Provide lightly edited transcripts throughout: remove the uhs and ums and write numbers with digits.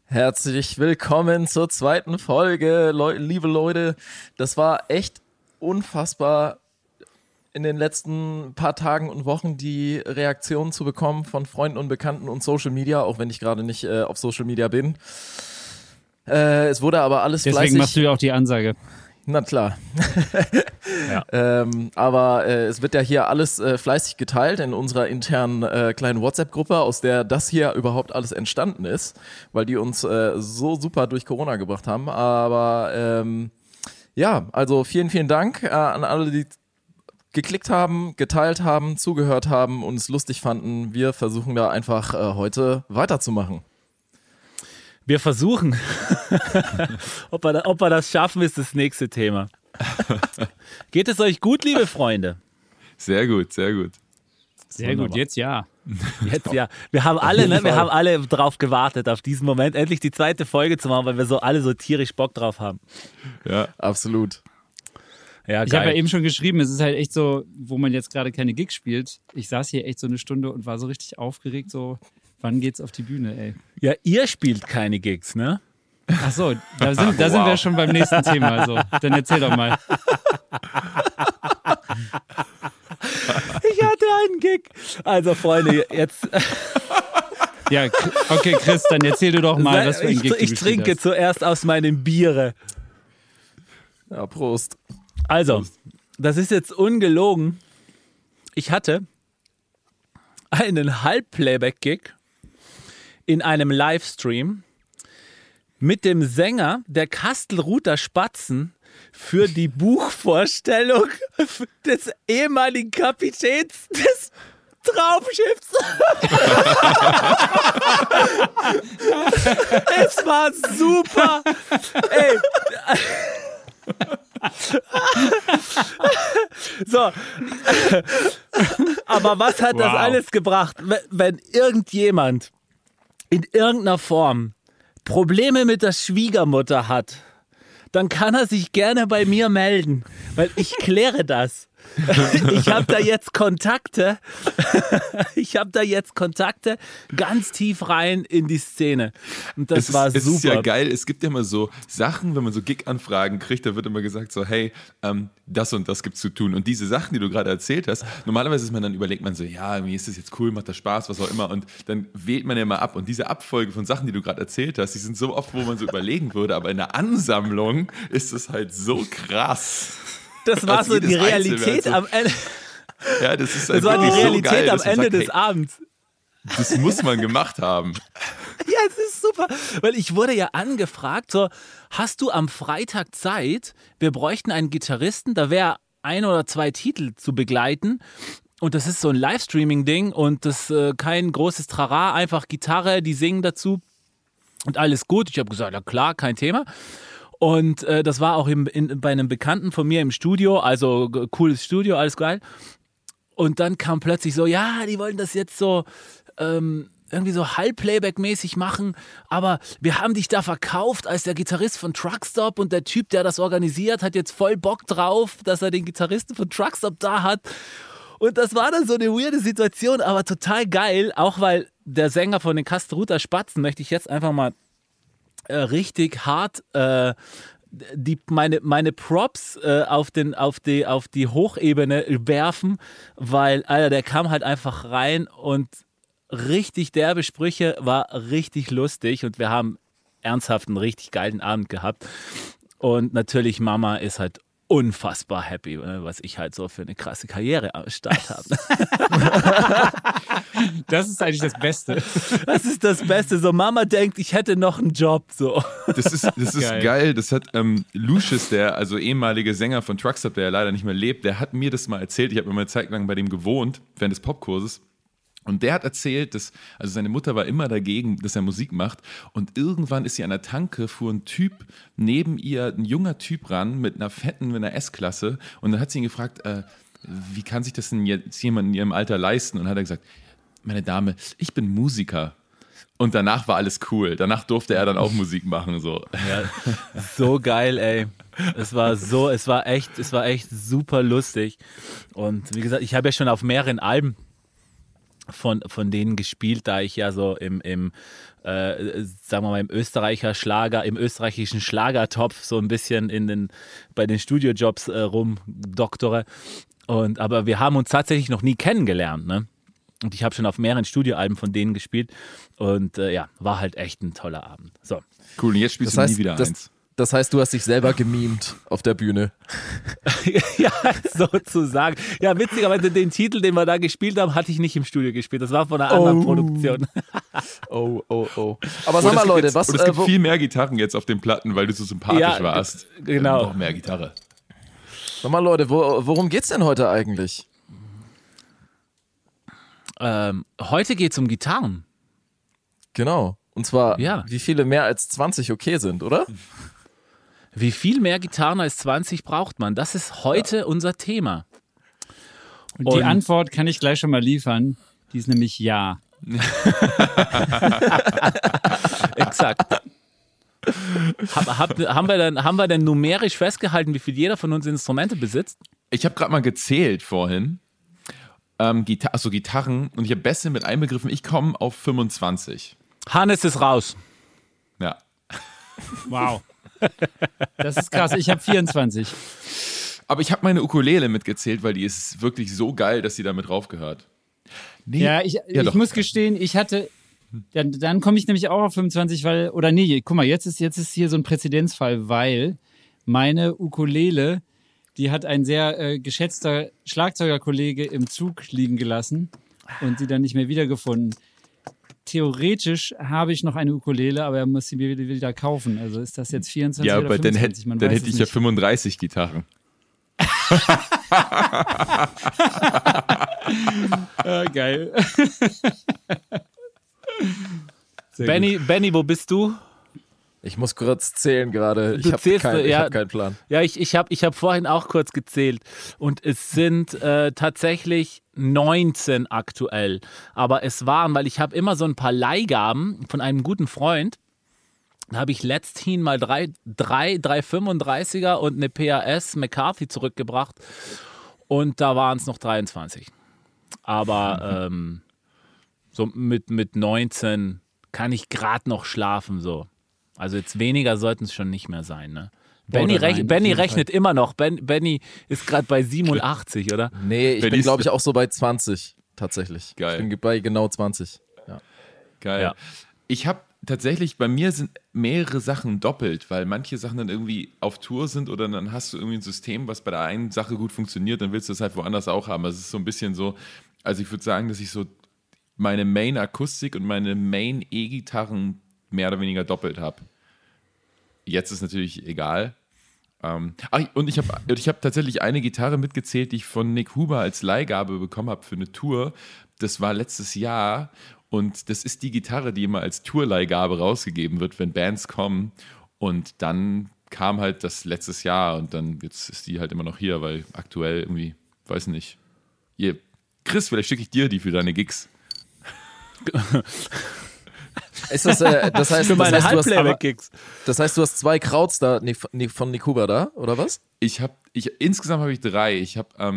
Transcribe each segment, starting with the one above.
Herzlich willkommen zur zweiten Folge, liebe Leute. Das war echt unfassbar, in den letzten paar Tagen und Wochen die Reaktionen zu bekommen von Freunden und Bekannten und Social Media, auch wenn ich gerade nicht auf Social Media bin. Es wurde aber alles Deswegen fleißig. machst du ja auch die Ansage. Na klar. Ja. Aber es wird ja hier alles fleißig geteilt in unserer internen kleinen WhatsApp-Gruppe, aus der das hier überhaupt alles entstanden ist, weil die uns so super durch Corona gebracht haben. Aber ja, also vielen, vielen Dank an alle, die geklickt haben, geteilt haben, zugehört haben und es lustig fanden. Wir versuchen da einfach heute weiterzumachen. Wir versuchen. Ob wir das schaffen, ist das nächste Thema. Geht es euch gut, liebe Freunde? Sehr gut, sehr gut. Sehr gut, jetzt ja. Jetzt ja. Wir haben alle drauf gewartet, auf diesen Moment, endlich die zweite Folge zu machen, weil wir alle so tierisch Bock drauf haben. Ja, absolut. Ja, ich habe ja eben schon geschrieben, es ist halt echt so, wo man jetzt gerade keine Gigs spielt. Ich saß hier echt so eine Stunde und war so richtig aufgeregt, so, wann geht's auf die Bühne, ey? Ja, ihr spielt keine Gigs, ne? Ach so, da sind wir schon beim nächsten Thema. Also, dann erzähl doch mal. Ich hatte einen Gig. Also, Freunde, jetzt. Ja, okay, Chris, dann erzähl du doch mal, was für ein Gig du Ich trinke hast. zuerst aus meinem Biere. Ja, Prost. Also, das ist jetzt ungelogen. Ich hatte einen Halbplayback-Gig in einem Livestream mit dem Sänger der Kastelruther Spatzen für die Buchvorstellung des ehemaligen Kapitäns des Traumschiffs. Es war super. Ey. So. Aber was hat das alles gebracht, wenn irgendjemand in irgendeiner Form Probleme mit der Schwiegermutter hat, dann kann er sich gerne bei mir melden, weil ich kläre das. Ich habe da jetzt Kontakte. Ganz tief rein in die Szene. Und das war super. Es ist ja geil, es gibt ja immer so Sachen, wenn man so Gig-Anfragen kriegt, da wird immer gesagt so, hey, das und das gibt's zu tun. Und diese Sachen, die du gerade erzählt hast, normalerweise überlegt man so, ja, mir ist das jetzt cool, macht das Spaß, was auch immer. Und dann wählt man ja mal ab. Und diese Abfolge von Sachen, die du gerade erzählt hast, die sind so oft, wo man so überlegen würde, aber in der Ansammlung ist es halt so krass. Das war so die Realität am Ende. Ja, das ist das war die Realität so geil, am Ende sagt, des Abends. Das muss man gemacht haben. Ja, es ist super. Weil ich wurde ja angefragt, so, hast du am Freitag Zeit? Wir bräuchten einen Gitarristen, da wäre 1 oder 2 Titel zu begleiten. Und das ist so ein Livestreaming-Ding und das kein großes Trara, einfach Gitarre, die singen dazu und alles gut. Ich habe gesagt, ja klar, kein Thema. Und das war auch bei einem Bekannten von mir im Studio, also cooles Studio, alles geil. Und dann kam plötzlich so, ja, die wollen das jetzt so irgendwie so Halbplayback-mäßig machen, aber wir haben dich da verkauft als der Gitarrist von Truckstop und der Typ, der das organisiert, hat jetzt voll Bock drauf, dass er den Gitarristen von Truckstop da hat. Und das war dann so eine weirde Situation, aber total geil, auch weil der Sänger von den Kastelruther Spatzen, möchte ich jetzt einfach mal richtig hart meine Props auf die Hochebene werfen, weil, Alter, der kam halt einfach rein und richtig derbe Sprüche, war richtig lustig und wir haben ernsthaft einen richtig geilen Abend gehabt. Und natürlich Mama ist halt unfassbar happy, was ich halt so für eine krasse Karriere am Start habe. Das ist eigentlich das Beste. Das ist das Beste. So, Mama denkt, ich hätte noch einen Job. So. Das ist geil. Das hat Lucius, der also ehemalige Sänger von Truckstop, der ja leider nicht mehr lebt, der hat mir das mal erzählt. Ich habe mal eine Zeit lang bei dem gewohnt, während des Popkurses. Und der hat erzählt, dass, also seine Mutter war immer dagegen, dass er Musik macht. Und irgendwann ist sie an der Tanke, fuhr ein Typ neben ihr, ein junger Typ ran mit einer S-Klasse. Und dann hat sie ihn gefragt, wie kann sich das denn jetzt jemand in ihrem Alter leisten? Und hat er gesagt, meine Dame, ich bin Musiker. Und danach war alles cool. Danach durfte er dann auch Musik machen. So, ja, so geil, ey. Es war echt super lustig. Und wie gesagt, ich habe ja schon auf mehreren Alben von denen gespielt, da ich ja so im sagen wir mal, im österreichischen Schlagertopf so ein bisschen bei den Studiojobs rumdoktore. Aber wir haben uns tatsächlich noch nie kennengelernt, ne? Und ich habe schon auf mehreren Studioalben von denen gespielt und war halt echt ein toller Abend. So. Cool, und jetzt spielst du nie wieder eins. Das heißt, du hast dich selber gemimt auf der Bühne. Ja, sozusagen. Ja, witzigerweise den Titel, den wir da gespielt haben, hatte ich nicht im Studio gespielt. Das war von einer anderen Produktion. Oh. Aber sag mal, Leute, es gibt viel mehr Gitarren jetzt auf den Platten, weil du so sympathisch warst. Genau. Noch mehr Gitarre. Sag mal, Leute, worum geht's denn heute eigentlich? Heute geht's um Gitarren. Genau. Und zwar, wie viele mehr als 20 okay sind, oder? Wie viel mehr Gitarren als 20 braucht man? Das ist heute unser Thema. Und die Antwort kann ich gleich schon mal liefern. Die ist nämlich ja. Exakt. Haben wir denn numerisch festgehalten, wie viel jeder von uns Instrumente besitzt? Ich habe gerade mal gezählt vorhin. Gitarren. Und ich habe Beste mit einbegriffen. Ich komme auf 25. Hannes ist raus. Ja. Wow. Das ist krass. Ich habe 24. Aber ich habe meine Ukulele mitgezählt, weil die ist wirklich so geil, dass sie da mit drauf gehört. Nee. Ja, ich muss gestehen, ich hatte... Dann komme ich nämlich auch auf 25, guck mal, jetzt ist hier so ein Präzedenzfall, weil meine Ukulele, die hat ein sehr geschätzter Schlagzeugerkollege im Zug liegen gelassen und sie dann nicht mehr wiedergefunden. Theoretisch habe ich noch eine Ukulele, aber er muss sie mir wieder kaufen. Also ist das jetzt 24 oder 25? Dann hätte ich ja 35 Gitarren. Geil. Benny, wo bist du? Ich muss kurz zählen gerade. Ich habe keinen Plan. Ja, ich hab vorhin auch kurz gezählt. Und es sind tatsächlich 19 aktuell. Aber es waren, weil ich habe immer so ein paar Leihgaben von einem guten Freund. Da habe ich letzthin mal drei 35er und eine PAS McCarthy zurückgebracht. Und da waren es noch 23. Aber so mit 19 kann ich gerade noch schlafen, so. Also jetzt weniger sollten es schon nicht mehr sein, ne? Benny rechnet immer noch. Benny ist gerade bei 87, oder? Nee, ich bin, glaube ich, auch so bei 20, tatsächlich. Geil. Ich bin bei genau 20. Ja. Geil. Ja. Ich habe tatsächlich, bei mir sind mehrere Sachen doppelt, weil manche Sachen dann irgendwie auf Tour sind oder dann hast du irgendwie ein System, was bei der einen Sache gut funktioniert, dann willst du es halt woanders auch haben. Also es ist so ein bisschen so, also ich würde sagen, dass ich so meine Main-Akustik und meine Main-E-Gitarren mehr oder weniger doppelt habe. Jetzt ist natürlich egal. Und ich habe tatsächlich eine Gitarre mitgezählt, die ich von Nick Huber als Leihgabe bekommen habe für eine Tour. Das war letztes Jahr und das ist die Gitarre, die immer als Tourleihgabe rausgegeben wird, wenn Bands kommen. Und dann kam halt das letztes Jahr und dann jetzt ist die halt immer noch hier, weil aktuell irgendwie, weiß nicht. Chris, vielleicht schicke ich dir die für deine Gigs. Ist das heißt, für meine Halbplayback-Gigs. Das heißt, du hast 2 Krauts da von Nick Huber da, oder was? Insgesamt habe ich 3. Ich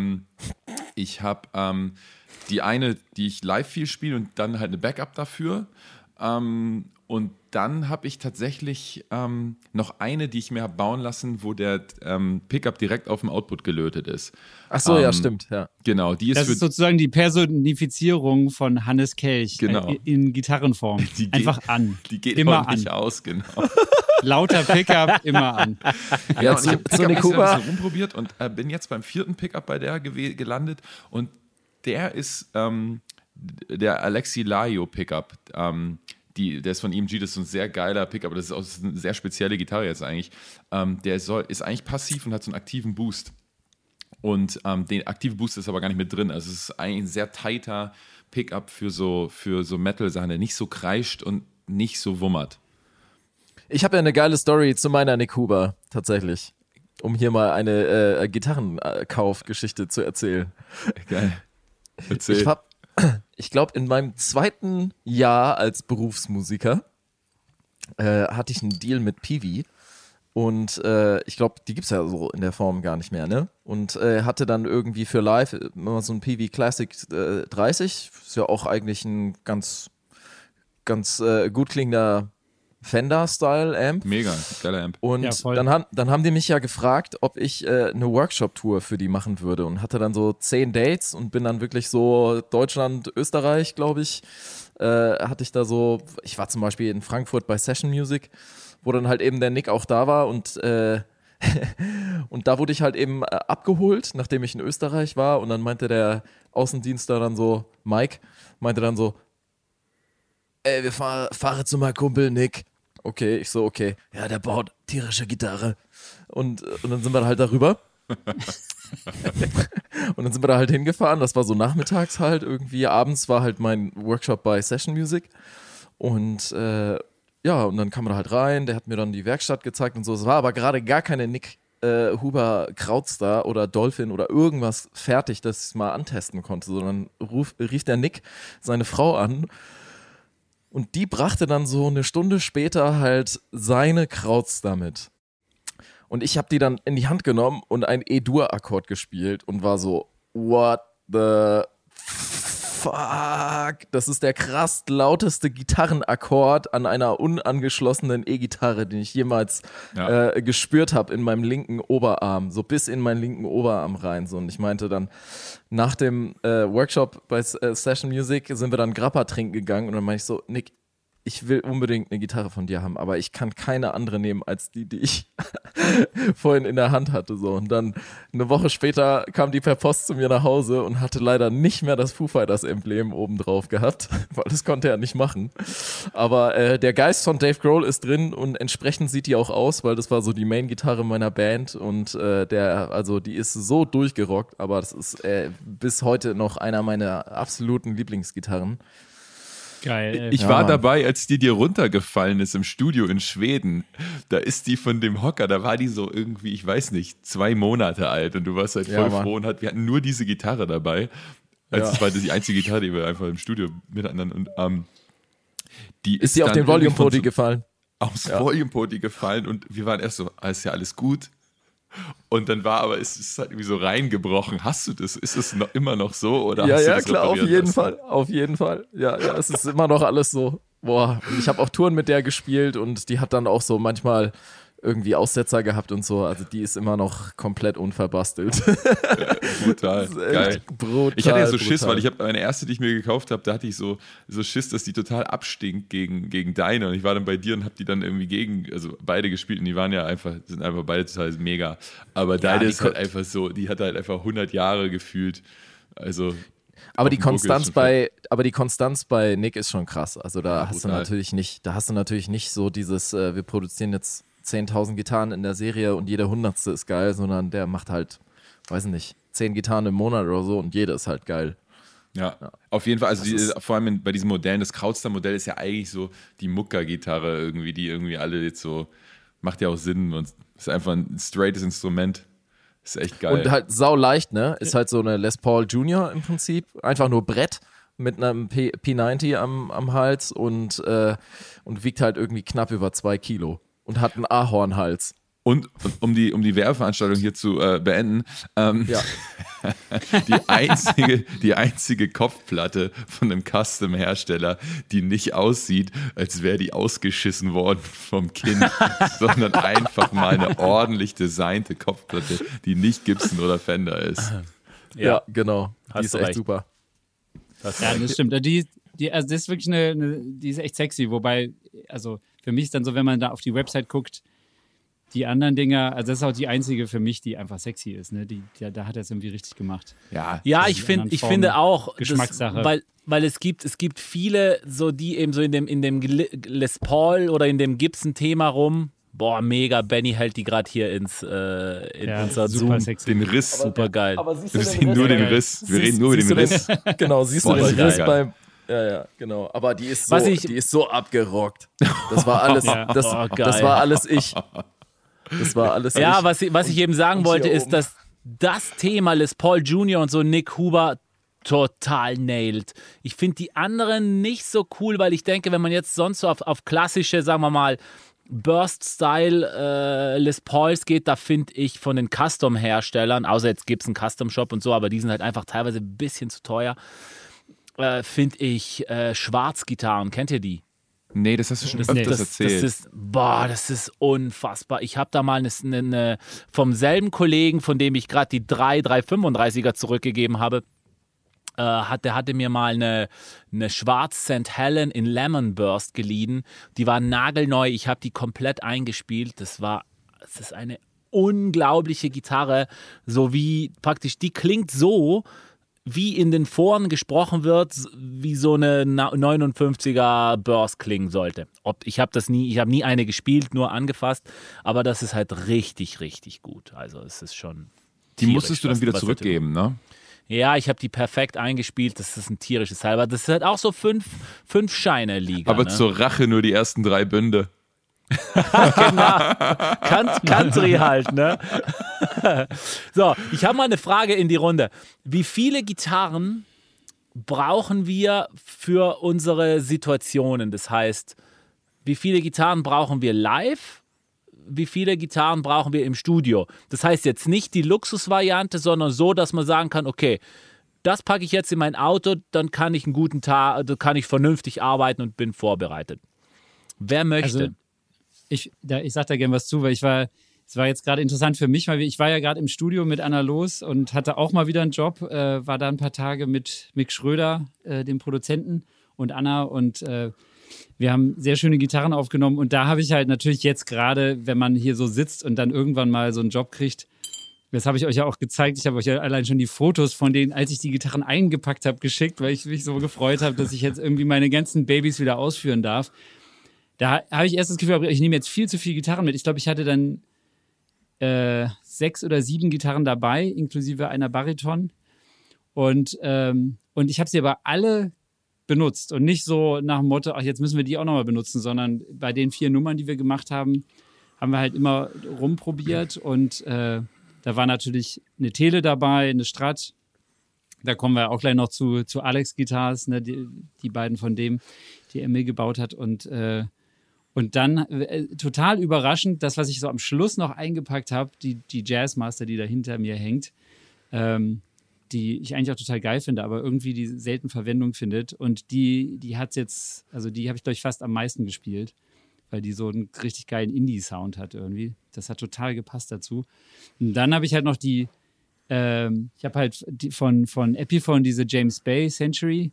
habe die eine, die ich live viel spiele und dann halt eine Backup dafür. Und dann habe ich tatsächlich noch eine, die ich mir habe bauen lassen, wo der Pickup direkt auf dem Output gelötet ist. Ach so, ja, stimmt. Ja. Genau, das ist sozusagen die Personifizierung von Hannes Kelch in Gitarrenform. Einfach an. Die geht immer auch nicht aus, genau. Lauter Pickup, immer an. Ja, und ich habe so ein bisschen rumprobiert und bin jetzt beim 4. Pickup bei der gelandet und der ist der Alexi Laio Pickup. Der ist von EMG, das ist ein sehr geiler Pickup, aber das ist auch eine sehr spezielle Gitarre jetzt eigentlich. Der ist eigentlich passiv und hat so einen aktiven Boost. Und den aktiven Boost ist aber gar nicht mit drin. Also es ist eigentlich ein sehr tighter Pickup für so Metal-Sachen, der nicht so kreischt und nicht so wummert. Ich habe ja eine geile Story zu meiner Nick Huber, tatsächlich. Um hier mal eine Gitarrenkaufgeschichte zu erzählen. Geil. Erzähl. Ich glaube, in meinem 2. Jahr als Berufsmusiker hatte ich einen Deal mit Piwi. Und ich glaube, die gibt es ja so in der Form gar nicht mehr, ne? Und hatte dann irgendwie für live immer so ein PV Classic 30. Ist ja auch eigentlich ein ganz gut klingender Fender-Style-Amp. Mega, geiler Amp. Und dann haben die mich ja gefragt, ob ich eine Workshop-Tour für die machen würde und hatte dann so 10 Dates und bin dann wirklich so Deutschland, Österreich, glaube ich, hatte ich da so, ich war zum Beispiel in Frankfurt bei Session Music, wo dann halt eben der Nick auch da war und und da wurde ich halt eben abgeholt, nachdem ich in Österreich war und dann meinte der Außendienstler dann so, Mike, meinte dann so, wir fahren zu meinem Kumpel Nick. Okay, ich so, okay. Ja, der baut tierische Gitarre. Und dann sind wir halt darüber. Und dann sind wir da halt hingefahren. Das war so nachmittags halt irgendwie. Abends war halt mein Workshop bei Session Music. Und und dann kam man da halt rein. Der hat mir dann die Werkstatt gezeigt und so. Es war aber gerade gar keine Nick Huber Krautstar oder Dolphin oder irgendwas fertig, das ich mal antesten konnte. Sondern rief der Nick seine Frau an. Und die brachte dann so eine Stunde später halt seine Krautstar mit. Und ich habe die dann in die Hand genommen und einen E-Dur-Akkord gespielt und war so, what the fuck? Das ist der krass lauteste Gitarrenakkord an einer unangeschlossenen E-Gitarre, den ich jemals gespürt habe in meinem linken Oberarm, so bis in meinen linken Oberarm rein. So. Und ich meinte dann, nach dem Workshop bei Session Music sind wir dann Grappa trinken gegangen und dann meinte ich so, Nick, ich will unbedingt eine Gitarre von dir haben, aber ich kann keine andere nehmen als die ich vorhin in der Hand hatte. So. Und dann eine Woche später kam die per Post zu mir nach Hause und hatte leider nicht mehr das Foo Fighters Emblem oben drauf gehabt, weil das konnte er nicht machen. Aber der Geist von Dave Grohl ist drin und entsprechend sieht die auch aus, weil das war so die Main-Gitarre meiner Band und die ist so durchgerockt, aber das ist bis heute noch einer meiner absoluten Lieblingsgitarren. Geil. Ich war dabei, als die dir runtergefallen ist im Studio in Schweden. Da ist die von dem Hocker, da war die so irgendwie, ich weiß nicht, 2 Monate alt und du warst halt voll froh und wir hatten nur diese Gitarre dabei. Das war die einzige Gitarre, die wir einfach im Studio miteinander und die ist die auf den Volume Poti gefallen? Aufs Volume Poti gefallen und wir waren erst so, ist ja alles gut. Und dann es ist halt irgendwie so reingebrochen. Hast du das? Ist es immer noch so? Oder hast du das klar, auf jeden lassen? Fall. Auf jeden Fall. Ja, es ist immer noch alles so. Boah, ich habe auch Touren mit der gespielt und die hat dann auch so manchmal irgendwie Aussetzer gehabt und so. Also die ist immer noch komplett unverbastelt. Ja, brutal. Geil. Brutal, ich hatte ja so Schiss, weil ich habe meine erste, die ich mir gekauft habe, da hatte ich so Schiss, dass die total abstinkt gegen deine. Und ich war dann bei dir und habe die dann irgendwie beide gespielt und die sind einfach beide total mega. Aber deine ist halt einfach so, die hat halt einfach 100 Jahre gefühlt. Also aber die Konstanz bei Nick ist schon krass. Also da hast du natürlich nicht so dieses, wir produzieren jetzt 10.000 Gitarren in der Serie und jede 100. ist geil, sondern der macht halt, weiß nicht, 10 Gitarren im Monat oder so und jede ist halt geil. Ja, auf jeden Fall. Also vor allem bei diesen Modellen, das Krautstar-Modell ist ja eigentlich so die Mucker-Gitarre irgendwie, die irgendwie alle jetzt so, macht ja auch Sinn und ist einfach ein straightes Instrument. Ist echt geil. Und halt sau leicht, ne? Ist halt so eine Les Paul Junior im Prinzip. Einfach nur Brett mit einem P90 am Hals und wiegt halt irgendwie knapp über 2 Kilo. Und hat einen Ahornhals. Und um die Werbeveranstaltung hier zu beenden, die einzige Kopfplatte von einem Custom-Hersteller, die nicht aussieht, als wäre die ausgeschissen worden vom Kind, sondern einfach mal eine ordentlich designte Kopfplatte, die nicht Gibson oder Fender ist. Ja, genau. Die ist echt super. Das stimmt. Die ist wirklich die ist echt sexy, wobei, also für mich ist dann so, wenn man da auf die Website guckt, die anderen Dinger, also das ist auch die einzige für mich, die einfach sexy ist, ne? Da hat er es irgendwie richtig gemacht. Ja, ich finde auch, Geschmackssache. Weil es gibt viele, so die eben so in dem Les Paul oder in dem Gibson-Thema rum. Boah, mega, Benny hält die gerade hier in unser Zoom. Sexy. Den Riss. Super geil. Wir sehen nur den Riss. Wir reden nur über den Riss. Genau, siehst du den Riss beim... Ja, genau. Aber die ist so abgerockt. Das war alles, das war alles ich. Das war alles ja, ich. was ich eben sagen wollte, ist, dass das Thema Les Paul Jr. und so Nick Huber total nailt. Ich finde die anderen nicht so cool, weil ich denke, wenn man jetzt sonst so auf klassische, sagen wir mal, Burst-Style Les Pauls geht, da finde ich von den Custom-Herstellern, außer jetzt gibt es einen Custom-Shop und so, aber die sind halt einfach teilweise ein bisschen zu teuer, finde ich Schwarzgitarren. Kennt ihr die? Nee, das hast du schon öfters erzählt. Das ist unfassbar. Ich habe da mal eine vom selben Kollegen, von dem ich gerade die 335er zurückgegeben habe, der hatte mir mal eine Schwarz St. Helen in Lemon Burst geliehen. Die war nagelneu. Ich habe die komplett eingespielt. Es ist eine unglaubliche Gitarre. So wie praktisch, die klingt so, wie in den Foren gesprochen wird, wie so eine 59er Burst klingen sollte. Ich habe nie eine gespielt, nur angefasst, aber das ist halt richtig, richtig gut. Also es ist schon die musstest du dann wieder zurückgeben, ne? Ja, ich habe die perfekt eingespielt. Das ist ein tierisches Teil. Aber das ist halt auch so 5 Scheine Liga. Aber zur Rache nur die ersten 3 Bünde. Genau. Country halt, ne? So, ich habe mal eine Frage in die Runde. Wie viele Gitarren brauchen wir für unsere Situationen? Das heißt, wie viele Gitarren brauchen wir live? Wie viele Gitarren brauchen wir im Studio? Das heißt jetzt nicht die Luxusvariante, sondern so, dass man sagen kann, okay, das packe ich jetzt in mein Auto, dann kann ich einen guten Tag, dann kann ich vernünftig arbeiten und bin vorbereitet. Wer möchte? Also, ich sag da gerne was zu, weil es war jetzt gerade interessant für mich, weil ich war ja gerade im Studio mit Anna Loos und hatte auch mal wieder einen Job, war da ein paar Tage mit Mick Schröder, dem Produzenten, und Anna, und wir haben sehr schöne Gitarren aufgenommen, und da habe ich halt natürlich jetzt gerade, wenn man hier so sitzt und dann irgendwann mal so einen Job kriegt, das habe ich euch ja auch gezeigt, ich habe euch ja allein schon die Fotos von denen, als ich die Gitarren eingepackt habe, geschickt, weil ich mich so gefreut habe, dass ich jetzt irgendwie meine ganzen Babys wieder ausführen darf. Da habe ich erst das Gefühl, ich nehme jetzt viel zu viele Gitarren mit. Ich glaube, ich hatte dann 6 oder 7 Gitarren dabei, inklusive einer Bariton. Und ich habe sie aber alle benutzt und nicht so nach dem Motto, ach, jetzt müssen wir die auch nochmal benutzen, sondern bei den 4 Nummern, die wir gemacht haben, haben wir halt immer rumprobiert, und da war natürlich eine Tele dabei, eine Strat. Da kommen wir auch gleich noch zu Alex Guitars, ne, die beiden von dem, die Emil gebaut hat, und dann total überraschend, das, was ich so am Schluss noch eingepackt habe, die Jazzmaster, die da hinter mir hängt, die ich eigentlich auch total geil finde, aber irgendwie die selten Verwendung findet. Und die hat's jetzt, also die habe ich, glaube ich, fast am meisten gespielt, weil die so einen richtig geilen Indie-Sound hat irgendwie. Das hat total gepasst dazu. Und dann habe ich halt noch ich habe halt von Epiphone diese James Bay Century,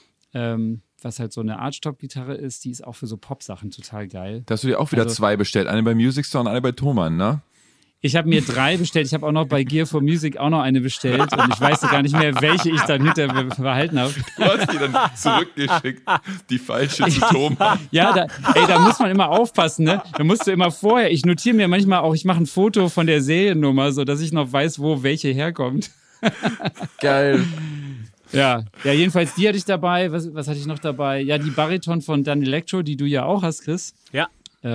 was halt so eine Archtop-Gitarre ist, die ist auch für so Pop-Sachen total geil. Da hast du dir auch wieder 2 bestellt, eine bei Music Store und eine bei Thomann, ne? Ich habe mir 3 bestellt. Ich habe auch noch bei Gear for Music auch noch eine bestellt. Und ich weiß gar nicht mehr, welche ich dann hinterher behalten habe. Du hast die dann zurückgeschickt. Die falsche zu Thomann. Ja, da muss man immer aufpassen, ne? Da musst du immer vorher, ich notiere mir manchmal auch, ich mache ein Foto von der Seriennummer, sodass ich noch weiß, wo welche herkommt. Geil. Ja, jedenfalls die hatte ich dabei. Was hatte ich noch dabei? Ja, die Bariton von Dan Electro, die du ja auch hast, Chris. Ja.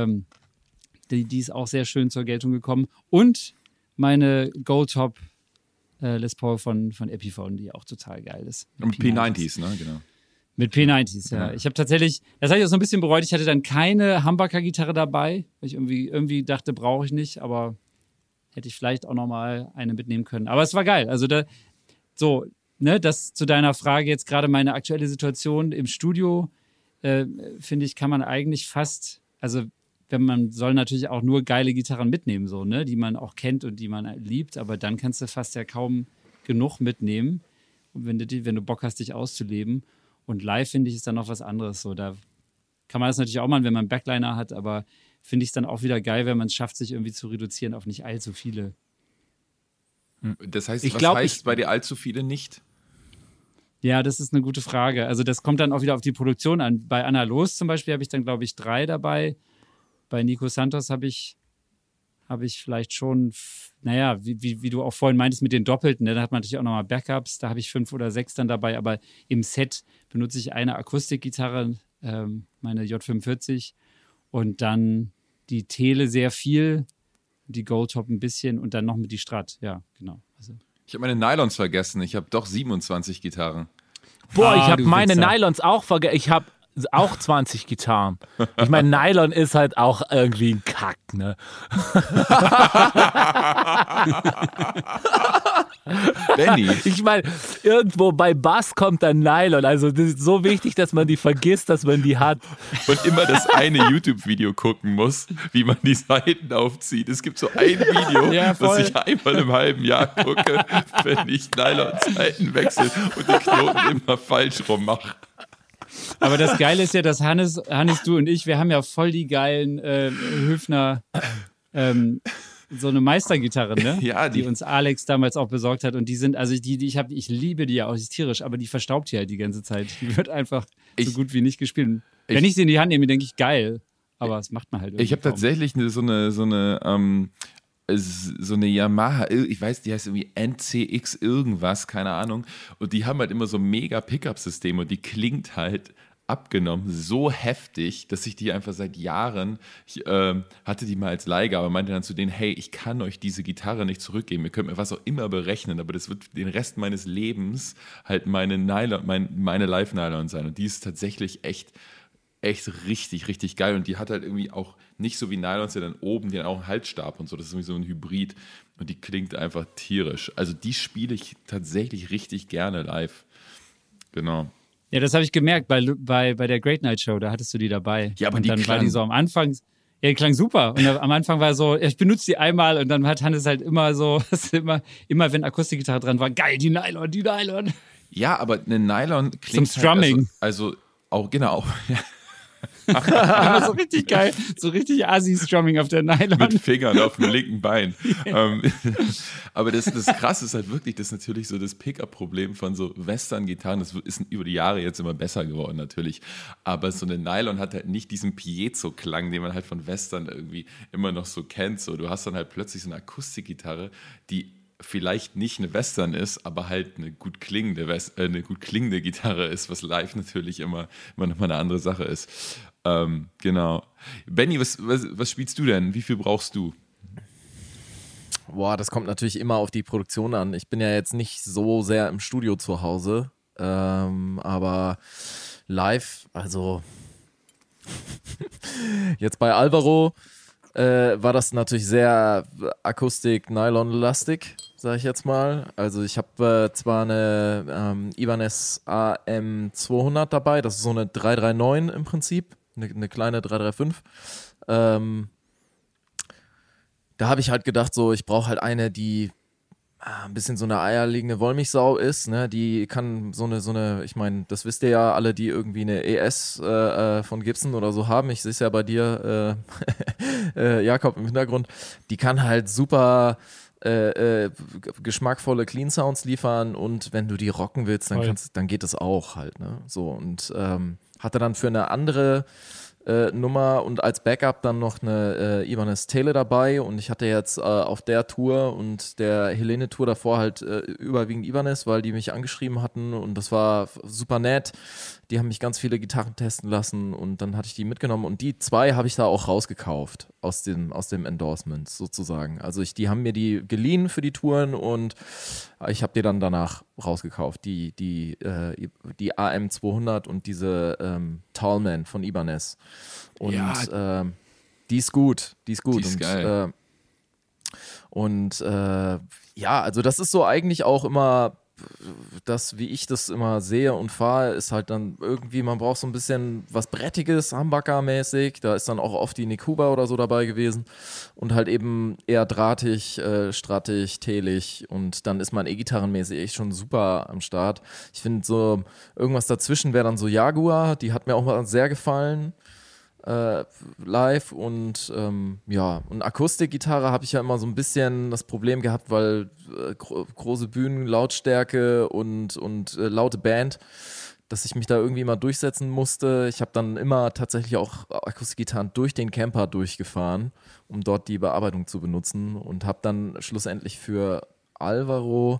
Die ist auch sehr schön zur Geltung gekommen. Und meine Goldtop Les Paul von Epiphone, die auch total geil ist. Und P90s, ne? Genau. Mit P90s, ja. Ich habe tatsächlich, das habe ich auch so ein bisschen bereut, ich hatte dann keine Humbucker-Gitarre dabei, weil ich irgendwie dachte, brauche ich nicht, aber hätte ich vielleicht auch nochmal eine mitnehmen können. Aber es war geil. Also das zu deiner Frage jetzt gerade, meine aktuelle Situation im Studio, finde ich, kann man eigentlich fast, also man soll natürlich auch nur geile Gitarren mitnehmen, so, ne, die man auch kennt und die man liebt, aber dann kannst du fast ja kaum genug mitnehmen, wenn du Bock hast, dich auszuleben. Und live, finde ich, ist dann noch was anderes. So, da kann man das natürlich auch machen, wenn man einen Backliner hat, aber finde ich es dann auch wieder geil, wenn man es schafft, sich irgendwie zu reduzieren auf nicht allzu viele. Das heißt, was heißt bei dir allzu viele nicht? Ja, das ist eine gute Frage. Also das kommt dann auch wieder auf die Produktion an. Bei Anna Loos zum Beispiel habe ich dann, glaube ich, 3 dabei. Bei Nico Santos habe ich vielleicht schon, naja, wie du auch vorhin meintest mit den Doppelten, ne? Da hat man natürlich auch nochmal Backups, da habe ich 5 oder 6 dann dabei, aber im Set benutze ich eine Akustikgitarre, meine J45, und dann die Tele sehr viel, die Goldtop ein bisschen und dann noch mit die Strat, ja, genau. Also. Ich habe meine Nylons vergessen, ich habe doch 27 Gitarren. Boah, ich habe meine Nylons auch vergessen. auch 20 Gitarren. Ich meine, Nylon ist halt auch irgendwie ein Kack, ne? Benny. Ich meine, irgendwo bei Bass kommt dann Nylon. Also das ist so wichtig, dass man die vergisst, dass man die hat. Und immer das eine YouTube-Video gucken muss, wie man die Saiten aufzieht. Es gibt so ein Video, das ich einmal im halben Jahr gucke, wenn ich Nylon-Saiten wechsle und den Knoten immer falsch rum mache. Aber das Geile ist ja, dass Hannes, du und ich, wir haben ja voll die geilen Höfner so eine Meistergitarre, ne? Ja, die uns Alex damals auch besorgt hat. Und die sind, also ich liebe die ja auch, die ist tierisch, aber die verstaubt hier halt die ganze Zeit. Die wird einfach so gut wie nicht gespielt. Wenn ich sie in die Hand nehme, denke ich, geil. Aber das macht man halt irgendwie. Ich habe tatsächlich so eine Yamaha, ich weiß, die heißt irgendwie NCX irgendwas, keine Ahnung. Und die haben halt immer so mega Pickup-Systeme und die klingt halt abgenommen so heftig, dass ich die einfach seit Jahren, ich hatte die mal als Leihgabe, meinte dann zu denen, hey, ich kann euch diese Gitarre nicht zurückgeben, ihr könnt mir was auch immer berechnen, aber das wird den Rest meines Lebens halt meine Live-Nylon sein. Und die ist tatsächlich echt richtig, richtig geil. Und die hat halt irgendwie auch nicht so wie Nylons, ja dann oben den auch einen Halsstab und so. Das ist irgendwie so ein Hybrid. Und die klingt einfach tierisch. Also die spiele ich tatsächlich richtig gerne live. Genau. Ja, das habe ich gemerkt bei der Great Night Show. Da hattest du die dabei. Ja, aber und die dann war die so am Anfang. Ja, die klang super. Und am Anfang war so, ich benutze die einmal und dann hat Hannes halt immer so, immer wenn Akustikgitarre dran war, geil, die Nylon. Ja, aber eine Nylon klingt zum Strumming. Halt, also auch, genau. Ja. Aber so richtig geil, so richtig Assi-Strumming auf der Nylon. Mit Fingern auf dem linken Bein. Aber das Krasse ist halt wirklich, das ist natürlich so das Pickup-Problem von so Western-Gitarren. Das ist über die Jahre jetzt immer besser geworden natürlich. Aber so eine Nylon hat halt nicht diesen Piezo-Klang, den man halt von Western irgendwie immer noch so kennt. So, du hast dann halt plötzlich so eine Akustikgitarre, die vielleicht nicht eine Western ist, aber halt eine gut klingende Gitarre ist, was live natürlich immer nochmal eine andere Sache ist. Genau. Benny, was spielst du denn? Wie viel brauchst du? Boah, das kommt natürlich immer auf die Produktion an. Ich bin ja jetzt nicht so sehr im Studio zu Hause, aber live, also jetzt bei Alvaro war das natürlich sehr Akustik-Nylon-lastig, sage ich jetzt mal. Also ich habe zwar eine Ibanez AM200 dabei, das ist so eine 339 im Prinzip, eine kleine 335. Da habe ich halt gedacht, so ich brauche halt eine, die ein bisschen so eine eierlegende Wollmilchsau ist, ne? Die kann so eine, ich meine, das wisst ihr ja alle, die irgendwie eine ES von Gibson oder so haben. Ich sehe es ja bei dir, Jakob im Hintergrund. Die kann halt super geschmackvolle Clean Sounds liefern und wenn du die rocken willst, dann geht es auch halt, ne? So und hatte dann für eine andere Nummer und als Backup dann noch eine Ibanez Tele dabei und ich hatte jetzt auf der Tour und der Helene-Tour davor halt überwiegend Ibanez, weil die mich angeschrieben hatten und das war super nett. Die haben mich ganz viele Gitarren testen lassen und dann hatte ich die mitgenommen und die zwei habe ich da auch rausgekauft aus dem Endorsement sozusagen. Also die haben mir die geliehen für die Touren und ich habe die dann danach rausgekauft, die AM200 und diese Tallman von Ibanez. Und ja, die ist gut. Die ist geil. Ja, also das ist so eigentlich auch immer das, wie ich das immer sehe und fahre, ist halt dann irgendwie, man braucht so ein bisschen was Brettiges, Humbucker-mäßig. Da ist dann auch oft die Nikuba oder so dabei gewesen und halt eben eher drahtig, strattig, telig und dann ist man E-Gitarrenmäßig echt schon super am Start. Ich finde so, irgendwas dazwischen wäre dann so Jaguar, die hat mir auch mal sehr gefallen. Live und ja, und Akustikgitarre habe ich ja immer so ein bisschen das Problem gehabt, weil große Bühnen, Lautstärke und laute Band, dass ich mich da irgendwie mal durchsetzen musste. Ich habe dann immer tatsächlich auch Akustikgitarren durch den Camper durchgefahren, um dort die Bearbeitung zu benutzen und habe dann schlussendlich für Alvaro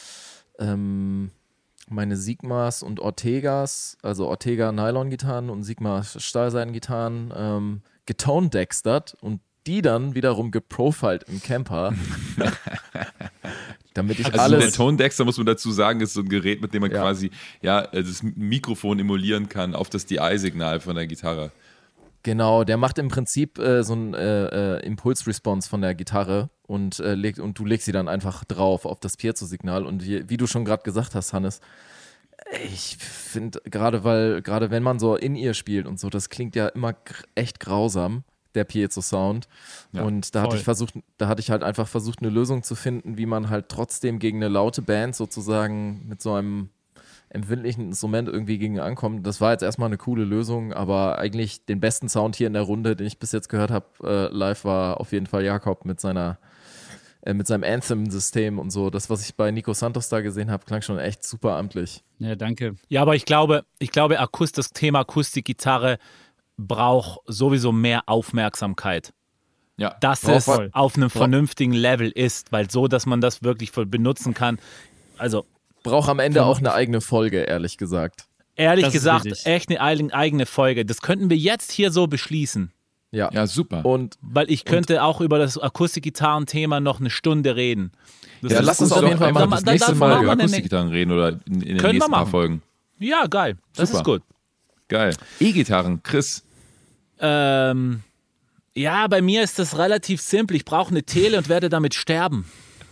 meine Sigmas und Ortegas, also Ortega Nylon-Gitarren und Sigma Stahlseiten-Gitarren getonedextert und die dann wiederum geprofiled im Camper. Damit ich also der Tone Dexter, muss man dazu sagen, ist so ein Gerät, mit dem man quasi das Mikrofon emulieren kann auf das DI-Signal von der Gitarre. Genau, der macht im Prinzip so einen Impulsresponse von der Gitarre und du legst sie dann einfach drauf auf das Piezo-Signal. Und wie du schon gerade gesagt hast, Hannes, ich finde, gerade wenn man so in ihr spielt und so, das klingt ja immer echt grausam, der Piezo-Sound. Ja, und da hatte ich halt einfach versucht, eine Lösung zu finden, wie man halt trotzdem gegen eine laute Band sozusagen mit so einem empfindlichen Instrument irgendwie gegen ankommt. Das war jetzt erstmal eine coole Lösung, aber eigentlich den besten Sound hier in der Runde, den ich bis jetzt gehört habe, live, war auf jeden Fall Jakob mit seinem Anthem-System und so. Das, was ich bei Nico Santos da gesehen habe, klang schon echt super amtlich. Ja, danke. Ja, aber ich glaube, das Thema Akustikgitarre braucht sowieso mehr Aufmerksamkeit. Ja, dass es auf einem vernünftigen Level ist, weil so, dass man das wirklich benutzen kann. Also braucht am Ende auch eine eigene Folge, ehrlich gesagt. Ehrlich gesagt, echt eine eigene Folge. Das könnten wir jetzt hier so beschließen. Ja, super. Weil ich könnte auch über das Akustikgitarren-Thema noch eine Stunde reden. Lass uns auf jeden Fall mal das nächste Mal über Akustikgitarren reden oder in den nächsten paar Folgen. Ja, geil. Das ist gut. Geil. E-Gitarren, Chris? Ja, bei mir ist das relativ simpel. Ich brauche eine Tele und werde damit sterben.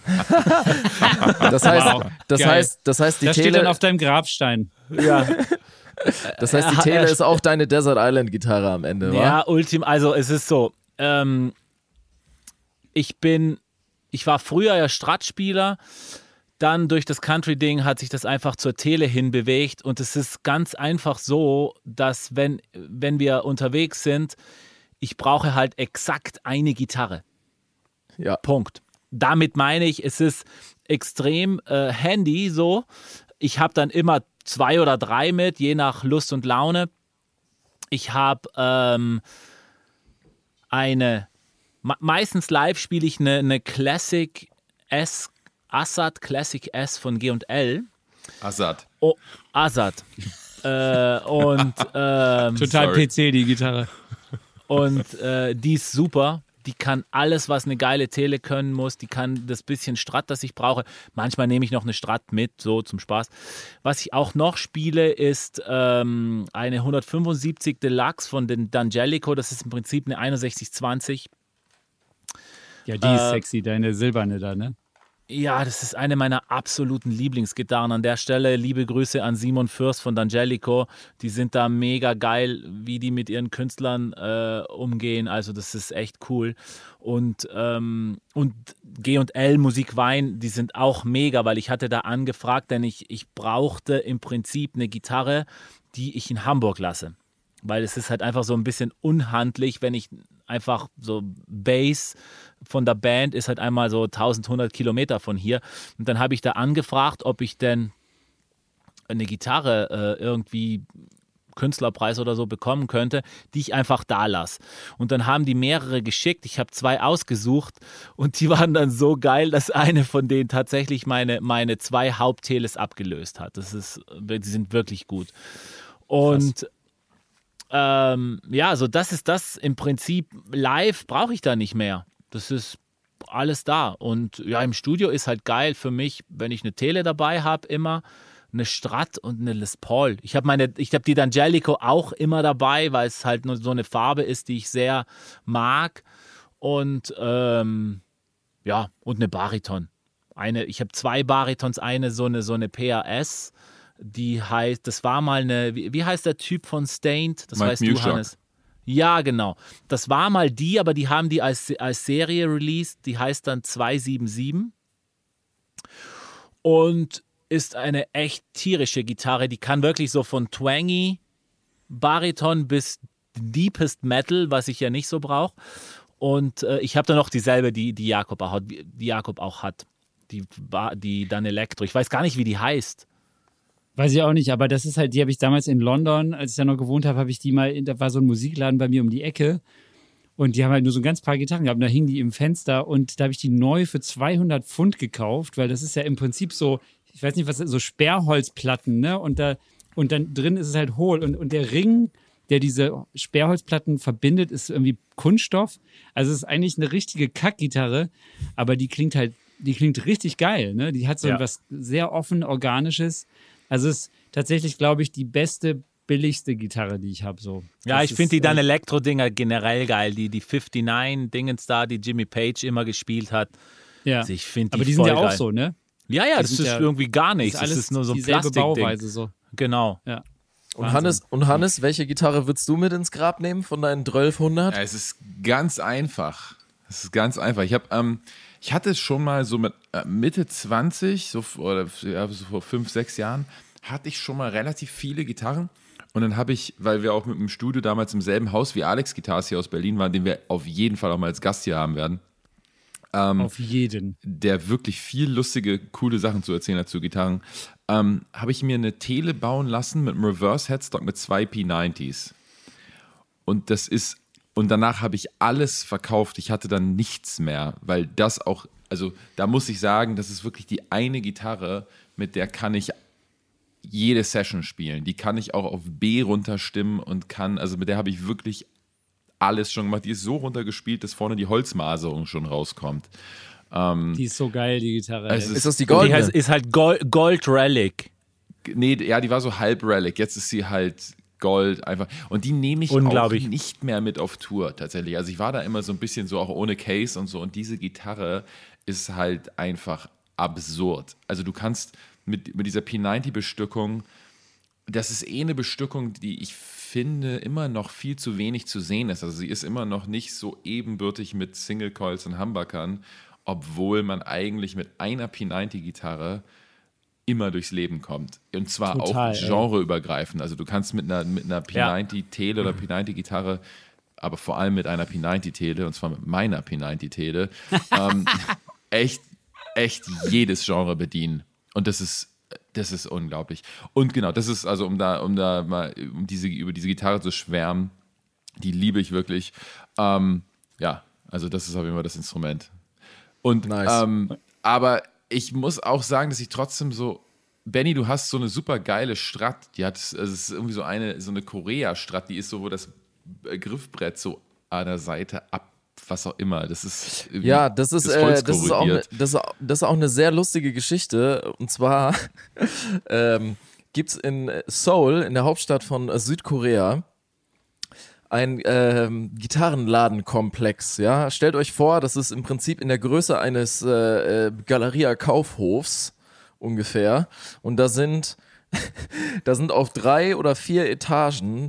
Das heißt, die das Tele steht dann auf deinem Grabstein. Ja. Das heißt, die Tele ist auch deine Desert Island Gitarre am Ende, ja, wa? Also es ist so, ich war früher ja Strat-Spieler, dann durch das Country-Ding hat sich das einfach zur Tele hin bewegt und es ist ganz einfach so, dass wenn wir unterwegs sind, ich brauche halt exakt eine Gitarre. Ja. Punkt. Damit meine ich, es ist extrem handy so. Ich habe dann immer 2 oder 3 mit, je nach Lust und Laune. Ich habe meistens live spiele ich eine Classic S, Assad Classic S von G&L. Assad. Oh, Assad. Total PC, die Gitarre. Und die ist super. Die kann alles, was eine geile Tele können muss. Die kann das bisschen Strat, das ich brauche. Manchmal nehme ich noch eine Strat mit, so zum Spaß. Was ich auch noch spiele, ist eine 175 Deluxe von den D'Angelico. Das ist im Prinzip eine 6120. Ja, die ist sexy, deine silberne da, ne? Ja, das ist eine meiner absoluten Lieblingsgitarren. An der Stelle liebe Grüße an Simon Fürst von D'Angelico. Die sind da mega geil, wie die mit ihren Künstlern umgehen. Also das ist echt cool. Und G&L Musik Wein, die sind auch mega, weil ich hatte da angefragt, denn ich brauchte im Prinzip eine Gitarre, die ich in Hamburg lasse. Weil es ist halt einfach so ein bisschen unhandlich, wenn ich einfach so Bass von der Band ist halt einmal so 1100 Kilometer von hier. Und dann habe ich da angefragt, ob ich denn eine Gitarre irgendwie Künstlerpreis oder so bekommen könnte, die ich einfach da lasse. Und dann haben die mehrere geschickt. Ich habe 2 ausgesucht und die waren dann so geil, dass eine von denen tatsächlich meine 2 Hauptteles abgelöst hat. Die sind wirklich gut. Und so das ist das im Prinzip. Live brauche ich da nicht mehr. Das ist alles da. Und ja, im Studio ist halt geil für mich, wenn ich eine Tele dabei habe, immer eine Strat und eine Les Paul. Ich habe die D'Angelico auch immer dabei, weil es halt nur so eine Farbe ist, die ich sehr mag. Und und eine Bariton. Ich habe 2 Baritons, eine so eine PAS. Die heißt, das war mal wie heißt der Typ von Stained? Das weißt du, Hannes. Ja, genau. Das war mal die, aber die haben die als Serie released. Die heißt dann 277 und ist eine echt tierische Gitarre. Die kann wirklich so von twangy Bariton bis Deepest Metal, was ich ja nicht so brauche. Und ich habe da noch dieselbe, die Jakob auch hat. Die dann Elektro. Ich weiß gar nicht, wie die heißt. Weiß ich auch nicht, aber das ist halt, die habe ich damals in London, als ich da noch gewohnt habe, da war so ein Musikladen bei mir um die Ecke und die haben halt nur so ein ganz paar Gitarren gehabt und da hingen die im Fenster und da habe ich die neu für 200 Pfund gekauft, weil das ist ja im Prinzip so, ich weiß nicht was, so Sperrholzplatten, ne? Und dann drin ist es halt hohl und der Ring, der diese Sperrholzplatten verbindet, ist irgendwie Kunststoff. Also es ist eigentlich eine richtige Kackgitarre, aber die klingt halt die klingt richtig geil, ne? Die hat so was sehr offen, organisches. Also ist tatsächlich, glaube ich, die billigste Gitarre, die ich habe. So. Ja, ich finde die dann Elektro-Dinger generell geil. Die 59-Dingens da, die Jimmy Page immer gespielt hat. Ja, also ich finde aber die sind ja auch so, ne? Ja, das ist irgendwie gar nichts. Das ist nur so ein Plastikding. Bauweise so. Genau. Ja. Und Hannes, welche Gitarre würdest du mit ins Grab nehmen von deinen 1200? Ja, es ist ganz einfach. Ich hatte schon mal so mit Mitte 20, so vor 5, 6 Jahren, hatte ich schon mal relativ viele Gitarren. Und dann habe ich, weil wir auch mit dem Studio damals im selben Haus wie Alex Guitars hier aus Berlin waren, den wir auf jeden Fall auch mal als Gast hier haben werden. Auf jeden. Der wirklich viel lustige, coole Sachen zu erzählen hat zu Gitarren. Habe ich mir eine Tele bauen lassen mit einem Reverse Headstock mit 2 P90s. Und danach habe ich alles verkauft. Ich hatte dann nichts mehr, weil das auch, also da muss ich sagen, das ist wirklich die eine Gitarre, mit der kann ich jede Session spielen. Die kann ich auch auf B runterstimmen und also mit der habe ich wirklich alles schon gemacht. Die ist so runtergespielt, dass vorne die Holzmaserung schon rauskommt. Die ist so geil, die Gitarre. Ist das die Gold? Die ist halt Gold Relic. Nee, ja, die war so halb Relic. Jetzt ist sie halt Gold einfach. Und die nehme ich auch nicht mehr mit auf Tour tatsächlich. Also ich war da immer so ein bisschen so auch ohne Case und so. Und diese Gitarre ist halt einfach absurd. Also du kannst mit dieser P90-Bestückung, das ist eine Bestückung, die ich finde, immer noch viel zu wenig zu sehen ist. Also sie ist immer noch nicht so ebenbürtig mit Single Coils und Humbuckern, obwohl man eigentlich mit einer P90-Gitarre immer durchs Leben kommt. Und zwar total, auch genreübergreifend. Also du kannst mit einer P90-Tele oder P90-Gitarre, aber vor allem mit einer P90-Tele, und zwar mit meiner P90-Tele, echt jedes Genre bedienen. Und das ist unglaublich. Und genau, das ist also, über diese Gitarre zu schwärmen, die liebe ich wirklich. Also das ist auf jeden Fall das Instrument. Und nice. Aber ich muss auch sagen, dass ich trotzdem so, Benny, du hast so eine super geile Strat, es ist irgendwie so eine Korea-Strat, die ist so, wo das Griffbrett so an der Seite was auch immer. Das ist auch eine sehr lustige Geschichte. Und zwar gibt es in Seoul, in der Hauptstadt von Südkorea, ein Gitarrenladenkomplex. Ja? Stellt euch vor, das ist im Prinzip in der Größe eines Galeria-Kaufhofs ungefähr. Und da sind auf 3 oder 4 Etagen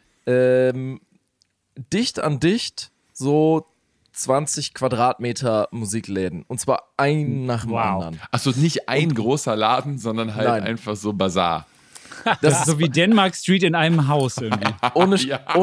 dicht an dicht so 20 Quadratmeter Musikläden. Und zwar ein nach dem anderen. Achso, nicht ein großer Laden, sondern halt einfach so Bazar. Das ist so wie Denmark Street in einem Haus irgendwie. Ohne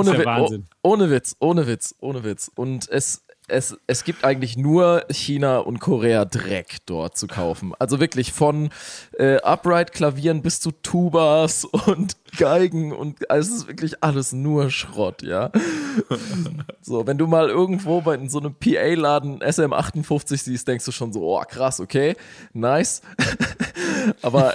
Witz. Und es gibt eigentlich nur China und Korea Dreck dort zu kaufen. Also wirklich von Upright-Klavieren bis zu Tubas und Geigen und also es ist wirklich alles nur Schrott, ja. So, wenn du mal irgendwo in so einem PA-Laden SM58 siehst, denkst du schon so, oh krass, okay, nice. Aber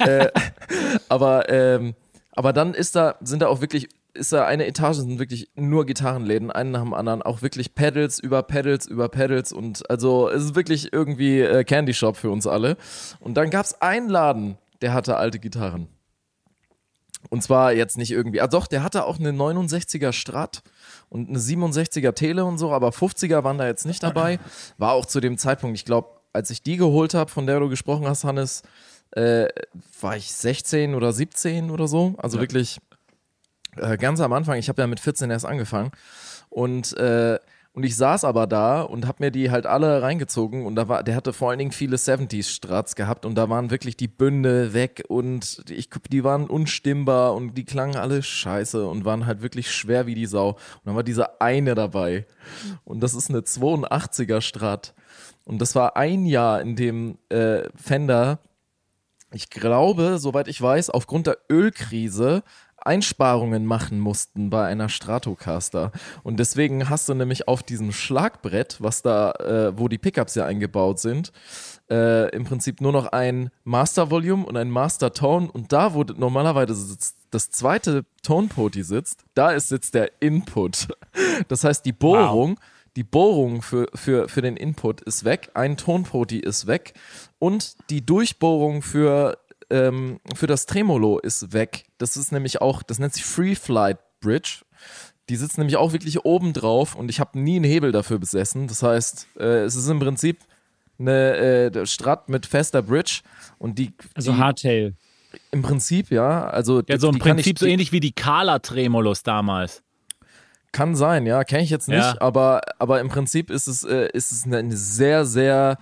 dann ist da eine Etage, sind wirklich nur Gitarrenläden, einen nach dem anderen, auch wirklich Pedals über Pedals über Pedals und also es ist wirklich irgendwie Candy Shop für uns alle. Und dann gab es einen Laden, der hatte alte Gitarren. Und zwar jetzt nicht irgendwie, doch, der hatte auch eine 69er Strat und eine 67er Tele und so, aber 50er waren da jetzt nicht dabei. War auch zu dem Zeitpunkt, ich glaube, als ich die geholt habe, von der du gesprochen hast, Hannes, war ich 16 oder 17 oder so. Also wirklich ganz am Anfang. Ich habe ja mit 14 erst angefangen. Und ich saß aber da und habe mir die halt alle reingezogen. Und der hatte vor allen Dingen viele 70s-Strats gehabt. Und da waren wirklich die Bünde weg und die waren unstimmbar und die klangen alle scheiße und waren halt wirklich schwer wie die Sau. Und dann war dieser eine dabei. Und das ist eine 82er Strat. Und das war ein Jahr, in dem Fender, ich glaube, soweit ich weiß, aufgrund der Ölkrise Einsparungen machen mussten bei einer Stratocaster. Und deswegen hast du nämlich auf diesem Schlagbrett, was da, wo die Pickups ja eingebaut sind, im Prinzip nur noch ein Master-Volume und ein Master-Tone. Und da, wo normalerweise das zweite Tone-Poti sitzt, da sitzt der Input. Das heißt, die Bohrung, die Bohrung für den Input ist weg, ein Tonpoti ist weg und die Durchbohrung für das Tremolo ist weg. Das ist nämlich auch, das nennt sich Free Flight Bridge. Die sitzt nämlich auch wirklich oben drauf und ich habe nie einen Hebel dafür besessen. Das heißt, es ist im Prinzip eine Strat mit fester Bridge und also Hardtail. Im Prinzip, ja. Also ja, so im Prinzip so ähnlich wie die Kala Tremolos damals. Kann sein, ja, kenne ich jetzt nicht, Ja. aber im Prinzip ist es eine sehr, sehr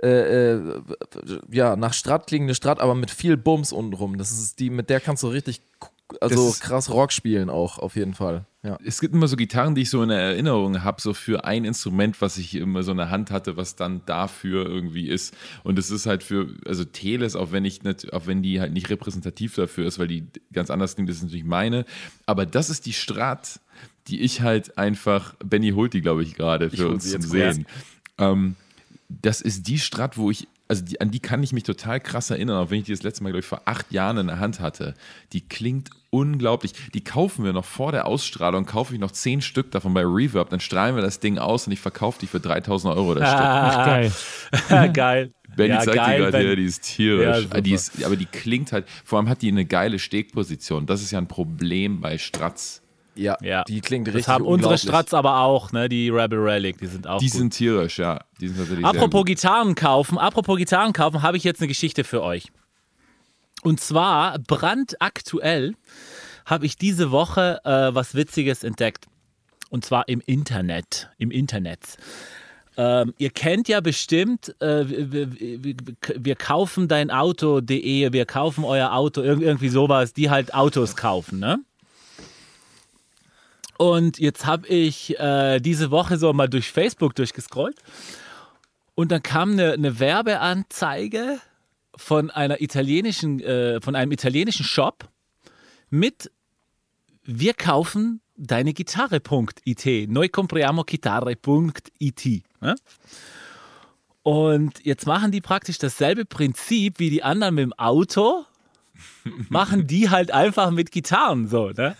nach Strat klingende Strat, aber mit viel Bums untenrum. Das ist die, mit der kannst du richtig krass Rock spielen auch, auf jeden Fall. Ja. Es gibt immer so Gitarren, die ich so in Erinnerung habe, so für ein Instrument, was ich immer so in der Hand hatte, was dann dafür irgendwie ist. Und es ist halt also Teles, auch wenn die halt nicht repräsentativ dafür ist, weil die ganz anders klingt, das ist natürlich meine. Aber das ist die Strat, die ich halt einfach, Benny holt die, glaube ich, gerade für uns zum Sehen. Das ist die Strat, an die kann ich mich total krass erinnern, auch wenn ich die das letzte Mal, glaube ich, vor 8 Jahren in der Hand hatte. Die klingt unglaublich. Die kaufen wir noch vor der Ausstrahlung, kaufe ich noch 10 Stück davon bei Reverb, dann strahlen wir das Ding aus und ich verkaufe die für 3.000 € das Stück. Ach, geil. Geil. Benny zeigt geil, die gerade hier, die ist tierisch. Ja, aber die klingt halt, vor allem hat die eine geile Stegposition. Das ist ja ein Problem bei Strats. Ja, die klingt richtig. Das haben unsere Strats aber auch, ne? Die Rebel Relic, die sind auch Die gut. sind tierisch, ja. Die sind tatsächlich Apropos Gitarren kaufen, habe ich jetzt eine Geschichte für euch. Und zwar, brandaktuell, habe ich diese Woche was Witziges entdeckt. Und zwar im Internet. Ihr kennt ja bestimmt, wir kaufen dein Auto.de, wir kaufen euer Auto, irgendwie sowas, die halt Autos kaufen, ne? Und jetzt habe ich diese Woche so mal durch Facebook durchgescrollt und dann kam eine Werbeanzeige von einem italienischen Shop mit "Wir kaufen deine Gitarre.it. Noi compriamo chitarre.it." Ne? Und jetzt machen die praktisch dasselbe Prinzip wie die anderen mit dem Auto, machen die halt einfach mit Gitarren so, ne?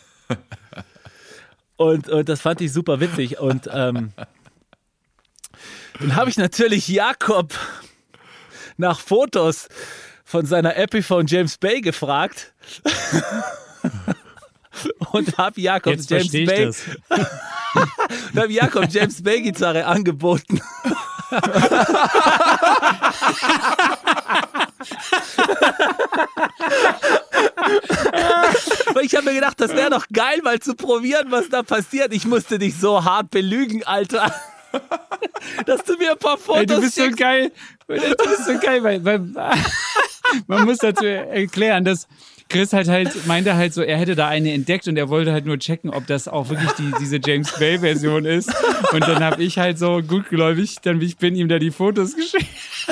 Und das fand ich super witzig. Und dann habe ich natürlich Jakob nach Fotos von seiner Epiphone James Bay gefragt. Und habe Jakob James Bay Gitarre angeboten. Weil ich habe mir gedacht, das wäre doch geil, mal zu probieren, was da passiert. Ich musste dich so hart belügen, Alter. Dass du mir ein paar Fotos du bist schickst. so geil. Du bist so geil, weil man muss dazu erklären, dass Chris meinte halt so, er hätte da eine entdeckt und er wollte halt nur checken, ob das auch wirklich diese James Bay-Version ist. Und dann habe ich halt so gutgläubig, wie ich bin, ihm da die Fotos geschickt.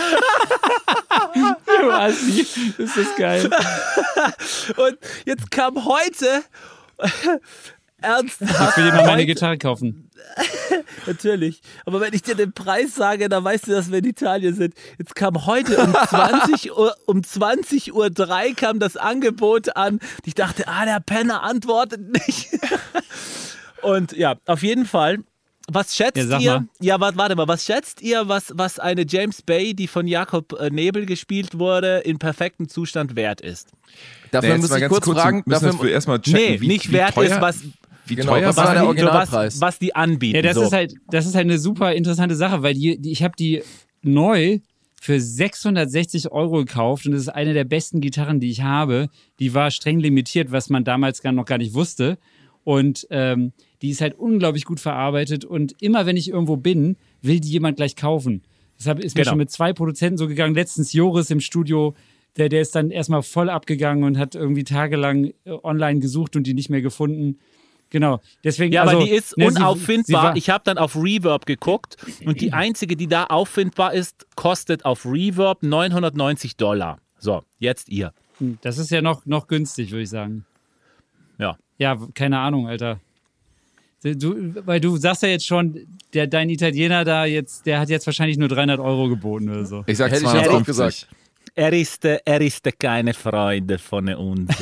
Du Assi, ist das geil. Und jetzt kam heute ernsthaft. Ich will dir mal meine Gitarre kaufen. Natürlich. Aber wenn ich dir den Preis sage, dann weißt du, dass wir in Italien sind. Jetzt kam heute um 20:03 Uhr kam das Angebot an. Ich dachte, der Penner antwortet nicht. Und ja, auf jeden Fall. Was schätzt ihr? Ja, warte mal. Was schätzt ihr, was eine James Bay, die von Jakob Nebel gespielt wurde, in perfektem Zustand wert ist? Dafür muss ich kurz fragen. Müssen wir erstmal checken, nicht wert ist, wie teuer war der Originalpreis? Was die anbieten. Ja, das ist halt eine super interessante Sache, weil ich habe die neu für 660 € gekauft und das ist eine der besten Gitarren, die ich habe. Die war streng limitiert, was man damals noch gar nicht wusste. Und die ist halt unglaublich gut verarbeitet und immer wenn ich irgendwo bin, will die jemand gleich kaufen. Deshalb ist mir schon mit 2 Produzenten so gegangen. Letztens Joris im Studio, der ist dann erstmal voll abgegangen und hat irgendwie tagelang online gesucht und die nicht mehr gefunden. Genau, deswegen. Ja, aber die ist unauffindbar. Ich habe dann auf Reverb geguckt und die einzige, die da auffindbar ist, kostet auf Reverb $990. So, jetzt ihr. Das ist ja noch günstig, würde ich sagen. Ja. Ja, keine Ahnung, Alter. Weil du sagst ja jetzt schon, dein Italiener da jetzt, der hat jetzt wahrscheinlich nur 300 € geboten oder so. Ich sag Hätte ich jetzt auch gesagt. Er ist keine Freunde von uns.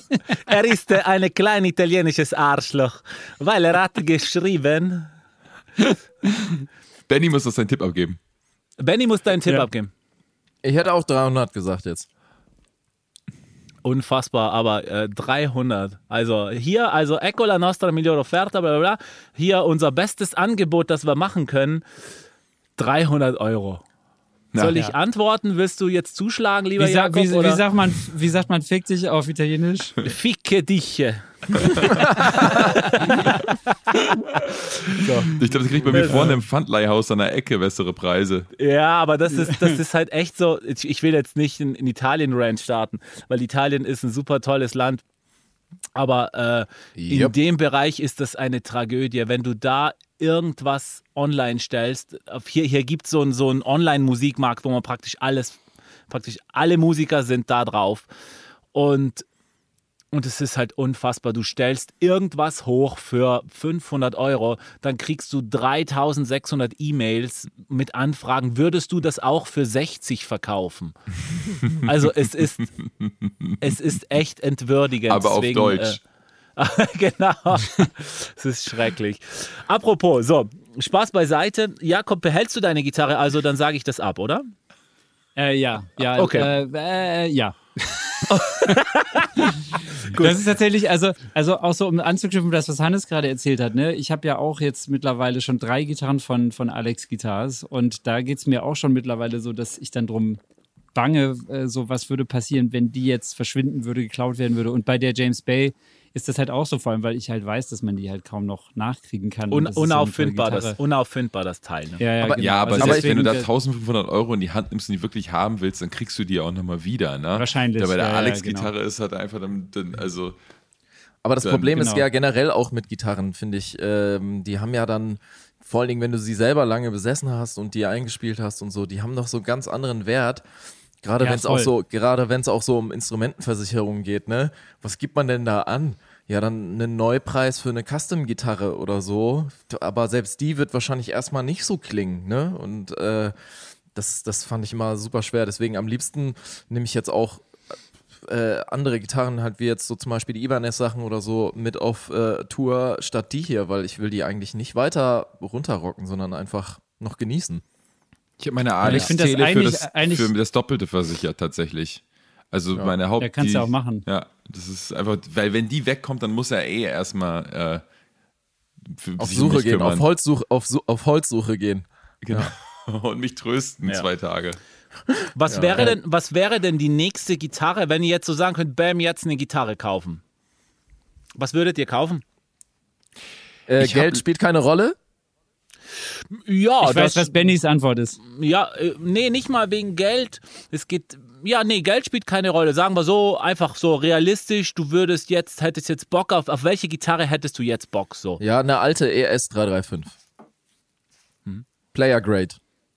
Er ist ein kleines italienisches Arschloch, weil er hat geschrieben, Benny muss uns seinen Tipp abgeben. Benny muss deinen Tipp abgeben. Ich hätte auch 300 gesagt jetzt. Unfassbar, aber 300. Also hier, ecco la nostra migliore offerta, bla bla bla. Hier unser bestes Angebot, das wir machen können. 300 €. Soll ich antworten? Willst du jetzt zuschlagen, lieber Jakob? Wie sagt man fick dich auf Italienisch? Ficke dich. So. Ich glaube, das kriegt bei mir vorne im Pfandleihhaus an der Ecke bessere Preise. Ja, aber das ist halt echt so. Ich will jetzt nicht in Italien-Rant starten, weil Italien ist ein super tolles Land. Aber in dem Bereich ist das eine Tragödie. Wenn du da irgendwas online stellst, hier gibt es so einen Online-Musikmarkt, wo man praktisch alle Musiker sind da drauf. Und es ist halt unfassbar. Du stellst irgendwas hoch für 500 €, dann kriegst du 3600 E-Mails mit Anfragen. Würdest du das auch für 60 verkaufen? Also es ist echt entwürdigend. Aber auf Deutsch. Genau. Es ist schrecklich. Apropos, so, Spaß beiseite. Jakob, behältst du deine Gitarre? Also dann sage ich das ab, oder? Ja. Okay. Ja. Das ist tatsächlich, also auch so, um anzuknüpfen, das, was Hannes gerade erzählt hat, ne? Ich habe ja auch jetzt mittlerweile schon 3 Gitarren von Alex Guitars und da geht es mir auch schon mittlerweile so, dass ich dann drum bange, so was würde passieren, wenn die jetzt verschwinden würde, geklaut werden würde. Und bei der James Bay ist das halt auch so, vor allem, weil ich halt weiß, dass man die halt kaum noch nachkriegen kann. Unauffindbar, das Teil. Ne? Aber Also selbst wenn du da 1500 € in die Hand nimmst und die wirklich haben willst, dann kriegst du die auch nochmal wieder. Ne? Wahrscheinlich. Bei der Alex-Gitarre ist halt einfach also. Aber das Problem ist ja generell auch mit Gitarren, finde ich, die haben ja dann, vor allen Dingen, wenn du sie selber lange besessen hast und die eingespielt hast und so, die haben doch so einen ganz anderen Wert. Gerade wenn es auch so um Instrumentenversicherungen geht, ne? Was gibt man denn da an? Ja, dann einen Neupreis für eine Custom-Gitarre oder so. Aber selbst die wird wahrscheinlich erstmal nicht so klingen, ne? Und das fand ich immer super schwer. Deswegen am liebsten nehme ich jetzt auch andere Gitarren, halt wie jetzt so zum Beispiel die Ibanez-Sachen oder so, mit auf Tour statt die hier, weil ich will die eigentlich nicht weiter runterrocken, sondern einfach noch genießen. Ich habe meine Alex-Zähle für das Doppelte versichert tatsächlich. Also meine Haupt... Ja, kannst du auch machen. Ja, das ist einfach, weil wenn die wegkommt, dann muss er erstmal auf Suche gehen, auf Holzsuche gehen. Genau. Ja. Und mich trösten 2 Tage. Was wäre denn die nächste Gitarre, wenn ihr jetzt so sagen könnt, bam, jetzt eine Gitarre kaufen? Was würdet ihr kaufen? Geld spielt keine Rolle? Ja, ich weiß, was Bennys Antwort ist. Ja, nee, nicht mal wegen Geld. Es geht, Geld spielt keine Rolle. Sagen wir so, einfach so realistisch, du hättest jetzt Bock auf welche Gitarre hättest du jetzt Bock? So? Ja, eine alte ES 335. Player Grade.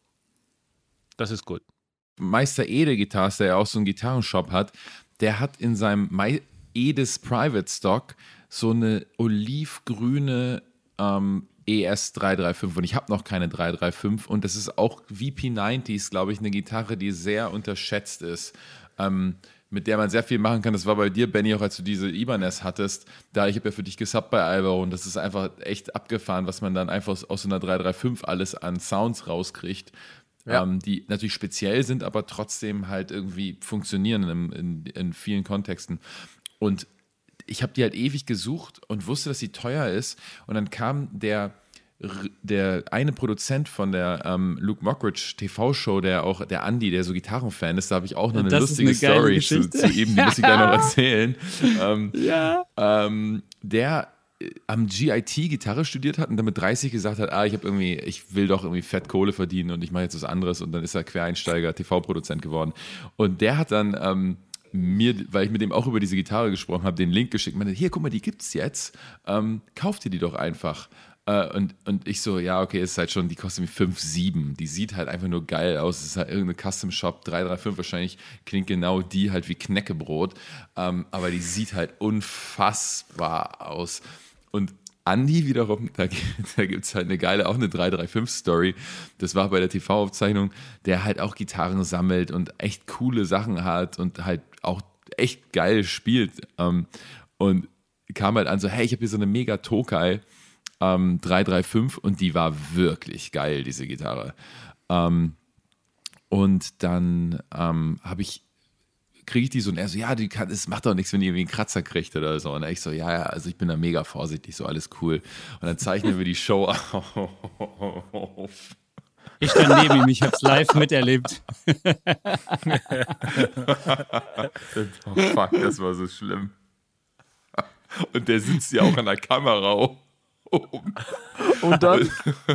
Das ist gut. Meister Ede Guitars, der ja auch so einen Gitarrenshop hat, der hat in seinem Edes Private Stock so eine olivgrüne ES 335 und ich habe noch keine 335 und das ist auch VP90s, glaube ich, eine Gitarre, die sehr unterschätzt ist, mit der man sehr viel machen kann. Das war bei dir, Benny, auch als du diese Ibanez hattest, ich habe ja für dich gesubbt bei Alvaro und das ist einfach echt abgefahren, was man dann einfach aus so einer 335 alles an Sounds rauskriegt, die natürlich speziell sind, aber trotzdem halt irgendwie funktionieren in vielen Kontexten. Und ich habe die halt ewig gesucht und wusste, dass sie teuer ist. Und dann kam der eine Produzent von der Luke Mockridge TV-Show, der Andi, der so Gitarrenfan ist, da habe ich auch noch eine lustige Story zu ihm, die muss ich gleich noch erzählen. Der am GIT Gitarre studiert hat und dann mit 30 gesagt hat, ich will doch irgendwie fett Kohle verdienen und ich mache jetzt was anderes und dann ist er Quereinsteiger, TV-Produzent geworden. Und der hat dann weil ich mit dem auch über diese Gitarre gesprochen habe, den Link geschickt. Meinte, hier, guck mal, die gibt's jetzt. Kauf dir die doch einfach. Und ich so, ja, okay, ist halt schon, die kostet mir 5,7. Die sieht halt einfach nur geil aus. Es ist halt irgendeine Custom Shop, 335 wahrscheinlich, klingt genau die halt wie Knäckebrot. Aber die sieht halt unfassbar aus. Und Andi wiederum, da gibt es halt auch eine 335-Story. Das war bei der TV-Aufzeichnung, der halt auch Gitarren sammelt und echt coole Sachen hat und halt auch echt geil spielt. Und kam halt an so, hey, ich habe hier so eine mega Tokai. 335 und die war wirklich geil, diese Gitarre. Und dann kriege ich die so und er so, ja, es macht doch nichts, wenn die irgendwie einen Kratzer kriegt oder so. Und ich so, ja, also ich bin da mega vorsichtig, so alles cool. Und dann zeichnen wir die Show auf. Ich stand neben ihm, ich hab's live miterlebt. Oh fuck, das war so schlimm. Und der sitzt ja auch an der Kamera oben. Und dann?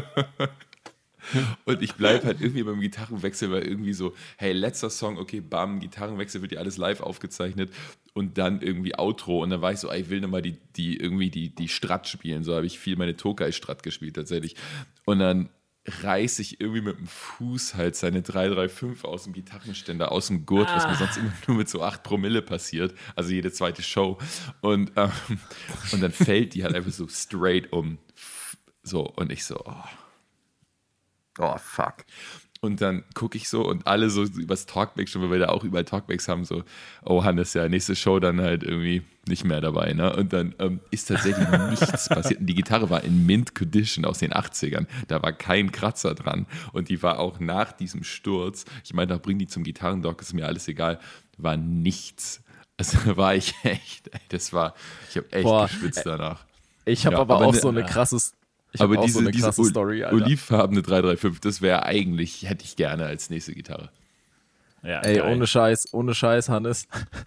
Und ich bleibe halt irgendwie beim Gitarrenwechsel, weil irgendwie so, hey, letzter Song, okay, bam, Gitarrenwechsel, wird ja alles live aufgezeichnet und dann irgendwie Outro und dann war ich so, ich will nochmal die Strat spielen, so habe ich viel meine Tokai-Strat gespielt tatsächlich und dann reiße ich irgendwie mit dem Fuß halt seine 335 aus dem Gitarrenständer, aus dem Gurt, was mir sonst immer nur mit so 8 Promille passiert, also jede zweite Show und dann fällt die halt einfach so straight um, so und ich so, oh fuck. Und dann gucke ich so und alle so übers Talkback schon, weil wir da auch überall Talkbacks haben, so, oh Hannes, ja, nächste Show dann halt irgendwie nicht mehr dabei, ne? Und dann ist tatsächlich nichts passiert. Und die Gitarre war in Mint Condition aus den 80ern. Da war kein Kratzer dran. Und die war auch nach diesem Sturz, ich meine, bring die zum Gitarrendock, ist mir alles egal, war nichts. Also da war ich echt, ich habe echt geschwitzt danach. Ich habe aber auch so eine krasses. Aber diese Story, olivfarbene 335, das wäre eigentlich, hätte ich gerne als nächste Gitarre. Ja, ey, ohne Scheiß, Hannes.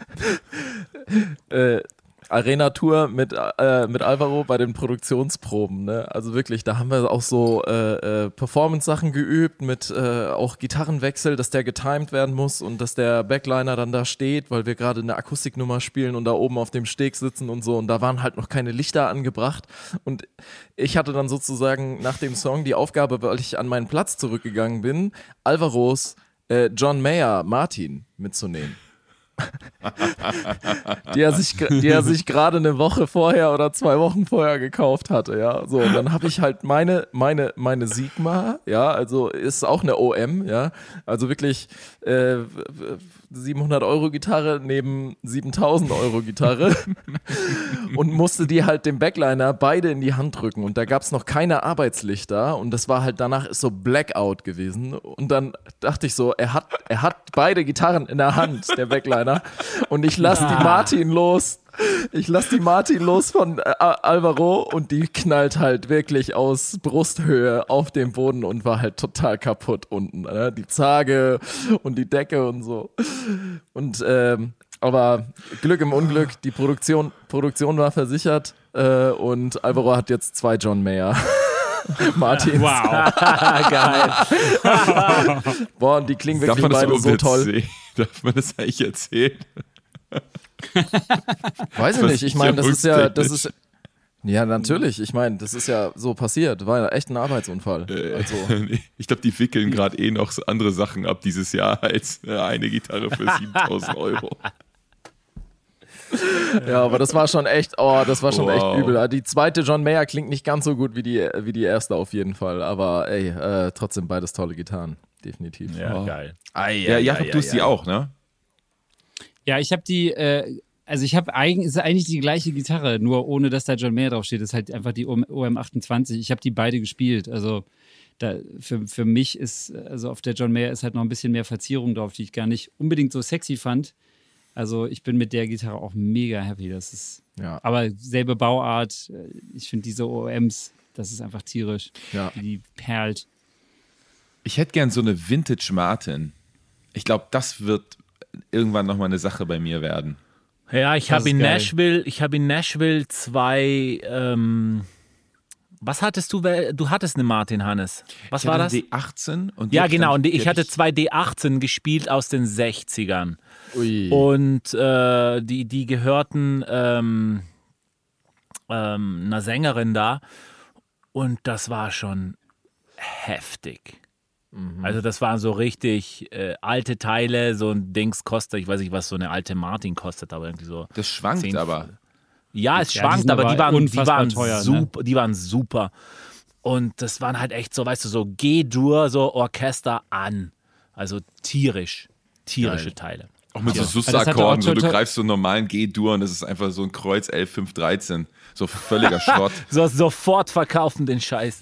Arena-Tour mit Alvaro bei den Produktionsproben, ne? Also wirklich, da haben wir auch so Performance-Sachen geübt mit auch Gitarrenwechsel, dass der getimed werden muss und dass der Backliner dann da steht, weil wir gerade eine Akustiknummer spielen und da oben auf dem Steg sitzen und so und da waren halt noch keine Lichter angebracht und ich hatte dann sozusagen nach dem Song die Aufgabe, weil ich an meinen Platz zurückgegangen bin, Alvaros John Mayer Martin mitzunehmen. die er sich gerade eine Woche vorher oder 2 Wochen vorher gekauft hatte, ja, so, und dann habe ich halt meine Sigma, ja, also ist auch eine OM, ja, also wirklich 700 € Gitarre neben 7000 € Gitarre und musste die halt dem Backliner beide in die Hand drücken und da gab es noch keine Arbeitslichter und das war halt, danach ist so Blackout gewesen und dann dachte ich so, er hat beide Gitarren in der Hand, der Backliner, und ich lasse die Martin los. Ich lasse die Martin los von Alvaro und die knallt halt wirklich aus Brusthöhe auf den Boden und war halt total kaputt unten. Ne? Die Zarge und die Decke und so. Und aber Glück im Unglück, die Produktion war versichert und Alvaro hat jetzt 2 John Mayer. Martins. Wow. Geil. Boah, und die klingen wirklich beide so toll. Darf man das eigentlich erzählen? Weiß ich nicht, ich meine, das ist ja, natürlich, ich meine, das ist ja so passiert, war ja echt ein Arbeitsunfall. Also. Ich glaube, die wickeln gerade noch so andere Sachen ab dieses Jahr als eine Gitarre für 7.000 €. Ja, aber das war schon echt, echt übel. Die zweite John Mayer klingt nicht ganz so gut wie die erste auf jeden Fall, aber ey, trotzdem beides tolle Gitarren, definitiv. Ja, geil. Jakob, du hast die auch, ne? Ja, ich habe die, ist eigentlich die gleiche Gitarre, nur ohne dass da John Mayer draufsteht. Das ist halt einfach die OM28. Ich habe die beide gespielt. Also für mich ist, also auf der John Mayer ist halt noch ein bisschen mehr Verzierung drauf, die ich gar nicht unbedingt so sexy fand. Also ich bin mit der Gitarre auch mega happy. Das ist, aber selbe Bauart. Ich finde diese OMs, das ist einfach tierisch. Ja. Die perlt. Ich hätte gern so eine Vintage Martin. Ich glaube, das wird irgendwann nochmal eine Sache bei mir werden. Ja, ich habe in Nashville 2, was hattest du? Du hattest eine Martin, Hannes. Was war das? D18. Und ja, genau. Und ich hatte 2 D18 gespielt aus den 60ern. Ui. Und die gehörten einer Sängerin da. Und das war schon heftig. Also das waren so richtig alte Teile, so ein Dings kostet, ich weiß nicht, was so eine alte Martin kostet, aber irgendwie so. Das schwankt aber. Ja, es schwankt, aber die waren teuer, super, ne? Die waren super. Und das waren halt echt so, weißt du, so G-Dur, so Orchester an. Also tierische Geil. Teile. Auch mit so Sus-Akkorden, wo du greifst so einen normalen G-Dur und das ist einfach so ein Kreuz L513. So völliger Schrott. So sofort verkaufen den Scheiß.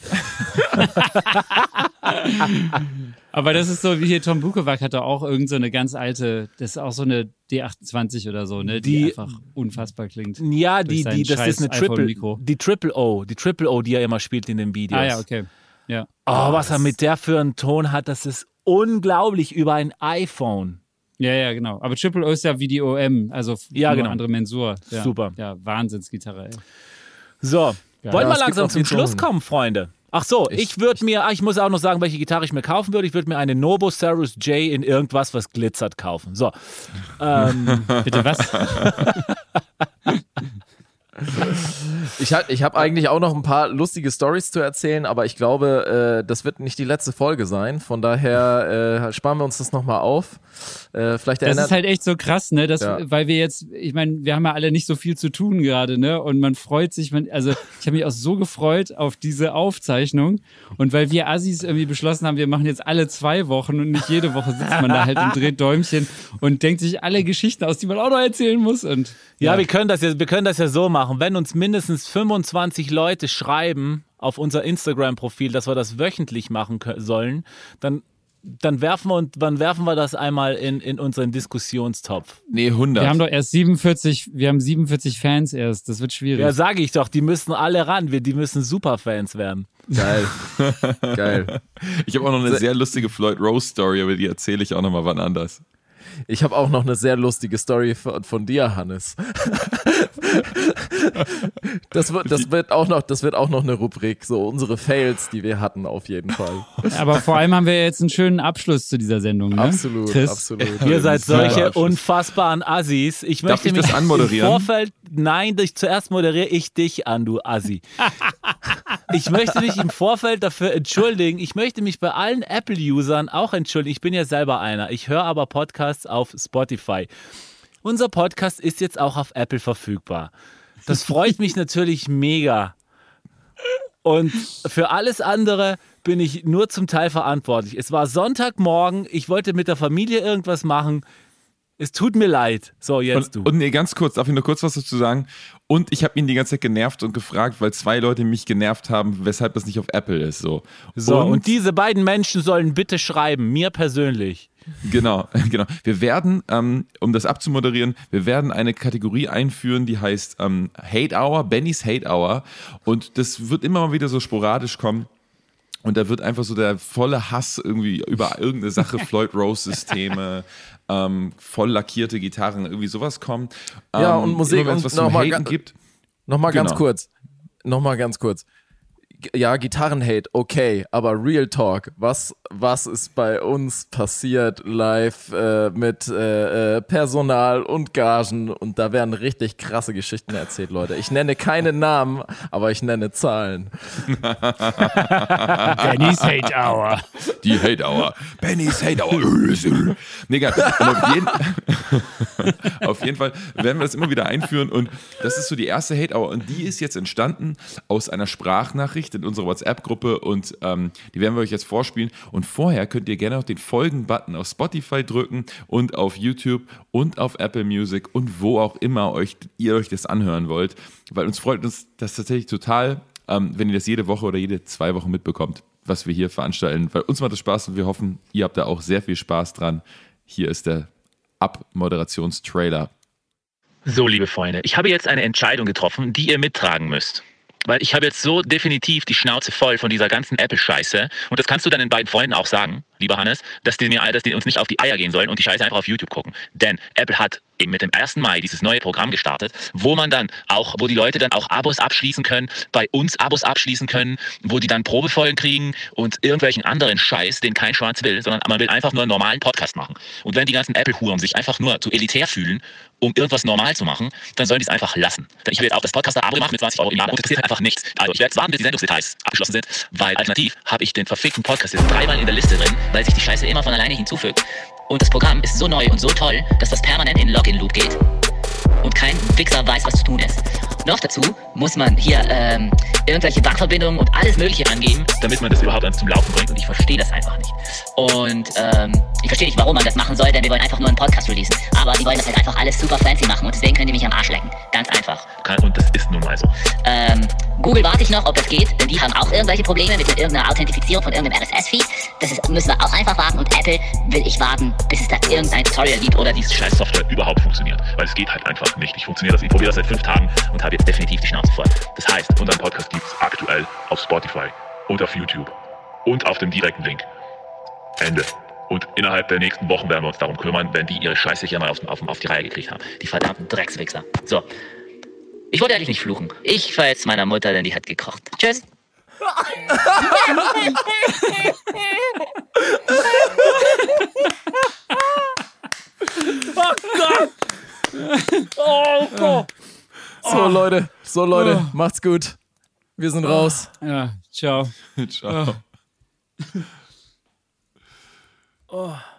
Aber das ist so, wie hier Tom Bukovac hat da auch irgend so eine ganz alte, das ist auch so eine D28 oder so, ne, die einfach unfassbar klingt. Ja, das ist eine Triple O, die er immer spielt in den Videos. Ah ja, okay. Ja. Oh, was er mit der für einen Ton hat, das ist unglaublich über ein iPhone. Ja, genau. Aber Triple O ist ja wie die OM, also andere Mensur. Ja. Super. Ja, Wahnsinnsgitarre, ey. So, wollen wir langsam zum Schluss kommen, Freunde? Ach so, ich muss auch noch sagen, welche Gitarre ich mir kaufen würde. Ich würde mir eine Nobosaurus J in irgendwas, was glitzert, kaufen. So. Bitte was? Ich habe eigentlich auch noch ein paar lustige Storys zu erzählen, aber ich glaube, das wird nicht die letzte Folge sein. Von daher sparen wir uns das nochmal auf. Das ist halt echt so krass, ne? Weil wir jetzt, ich meine, wir haben ja alle nicht so viel zu tun gerade, ne? Und man freut sich, ich habe mich auch so gefreut auf diese Aufzeichnung. Und weil wir Assis irgendwie beschlossen haben, wir machen jetzt alle 2 Wochen und nicht jede Woche sitzt man da halt und dreht Däumchen und denkt sich alle Geschichten aus, die man auch noch erzählen muss. Und ja, wir können das ja so machen. Wenn uns mindestens 25 Leute schreiben auf unser Instagram-Profil, dass wir das wöchentlich machen sollen, dann werfen wir das einmal in unseren Diskussionstopf. Nee, 100. Wir haben doch erst 47 Fans erst. Das wird schwierig. Ja, sage ich doch, die müssen alle ran. Die müssen Superfans werden. Geil. Geil. Ich habe auch noch eine sehr lustige Floyd Rose Story, aber die erzähle ich auch noch mal wann anders. Ich habe auch noch eine sehr lustige Story von dir, Hannes. Das wird auch noch eine Rubrik, so unsere Fails, die wir hatten, auf jeden Fall. Aber vor allem haben wir jetzt einen schönen Abschluss zu dieser Sendung, ne? Absolut, Chris? absolut. Ihr seid solche unfassbaren Assis. Darf ich das anmoderieren? Zuerst moderiere ich dich an, du Assi. Ich möchte mich im Vorfeld dafür entschuldigen. Ich möchte mich bei allen Apple-Usern auch entschuldigen. Ich bin ja selber einer. Ich höre aber Podcasts auf Spotify. Unser Podcast ist jetzt auch auf Apple verfügbar. Das freut mich natürlich mega. Und für alles andere bin ich nur zum Teil verantwortlich. Es war Sonntagmorgen, ich wollte mit der Familie irgendwas machen. Es tut mir leid. So, jetzt du. Und nee, ganz kurz, darf ich nur kurz was dazu sagen? Und ich habe ihn die ganze Zeit genervt und gefragt, weil 2 Leute mich genervt haben, weshalb das nicht auf Apple ist. So, und diese beiden Menschen sollen bitte schreiben, mir persönlich. Genau. Wir werden, um das abzumoderieren, eine Kategorie einführen, die heißt Hate Hour, Bennys Hate Hour. Und das wird immer mal wieder so sporadisch kommen. Und da wird einfach so der volle Hass irgendwie über irgendeine Sache, Floyd Rose Systeme, voll lackierte Gitarren, irgendwie sowas kommen. Ja, und Musik, immer, und was nochmal gibt. Nochmal ganz kurz. Ja, Gitarrenhate, okay, aber Real Talk, was ist bei uns passiert live mit Personal und Gagen, und da werden richtig krasse Geschichten erzählt, Leute. Ich nenne keine Namen, aber ich nenne Zahlen. Bennys Hate Hour. Die Hate Hour. Bennys Hate Hour. Nee, geil. Auf jeden Fall werden wir das immer wieder einführen, und das ist so die erste Hate Hour, und die ist jetzt entstanden aus einer Sprachnachricht in unserer WhatsApp-Gruppe, und die werden wir euch jetzt vorspielen. Und vorher könnt ihr gerne noch den Folgen-Button auf Spotify drücken und auf YouTube und auf Apple Music und wo auch immer ihr euch das anhören wollt, weil uns freut uns das tatsächlich total, wenn ihr das jede Woche oder jede 2 Wochen mitbekommt, was wir hier veranstalten, weil uns macht das Spaß und wir hoffen, ihr habt da auch sehr viel Spaß dran. Hier ist der Abmoderationstrailer. So, liebe Freunde, ich habe jetzt eine Entscheidung getroffen, die ihr mittragen müsst. Weil ich habe jetzt so definitiv die Schnauze voll von dieser ganzen Apple-Scheiße. Und das kannst du deinen beiden Freunden auch sagen, lieber Hannes, dass die uns nicht auf die Eier gehen sollen und die Scheiße einfach auf YouTube gucken. Denn Apple hat eben mit dem 1. Mai dieses neue Programm gestartet, wo die Leute dann auch Abos abschließen können, bei uns Abos abschließen können, wo die dann Probefolgen kriegen und irgendwelchen anderen Scheiß, den kein Schwanz will, sondern man will einfach nur einen normalen Podcast machen. Und wenn die ganzen Apple-Huren sich einfach nur zu elitär fühlen, um irgendwas normal zu machen, dann sollen die es einfach lassen. Denn ich habe jetzt auch das Podcaster-Abo gemacht mit 20 € im Jahr und es passiert einfach nichts. Also ich werde jetzt warten, bis die Sendungsdetails abgeschlossen sind, weil alternativ habe ich den verfickten Podcast jetzt 3-mal in der Liste drin, weil sich die Scheiße immer von alleine hinzufügt. Und das Programm ist so neu und so toll, dass das permanent in Login-Loop geht und kein Wichser weiß, was zu tun ist. Noch dazu muss man hier irgendwelche Bankverbindungen und alles Mögliche angeben, damit man das überhaupt zum Laufen bringt. Und ich verstehe das einfach nicht. Und ich verstehe nicht, warum man das machen soll, denn wir wollen einfach nur einen Podcast releasen. Aber die wollen das halt einfach alles super fancy machen und deswegen können die mich am Arsch lecken. Ganz einfach. Und das ist nun mal so. Google warte ich noch, ob das geht, denn die haben auch irgendwelche Probleme mit irgendeiner Authentifizierung von irgendeinem RSS-Feed. Müssen wir auch einfach warten. Und Apple will ich warten, bis es da irgendein Tutorial gibt oder diese scheiß Software überhaupt funktioniert. Weil es geht halt einfach nicht. Ich probiere das seit 5 Tagen und habe jetzt definitiv die Schnauze voll. Das heißt, unseren Podcast gibt es aktuell auf Spotify und auf YouTube und auf dem direkten Link. Ende. Und innerhalb der nächsten Wochen werden wir uns darum kümmern, wenn die ihre Scheiße hier mal auf die Reihe gekriegt haben. Die verdammten Dreckswichser. So. Ich wollte eigentlich nicht fluchen. Ich fahr jetzt meiner Mutter, denn die hat gekocht. Tschüss. Oh Gott! Oh Gott! So Leute, macht's gut. Wir sind raus. Ja, ciao. Ciao. Oh.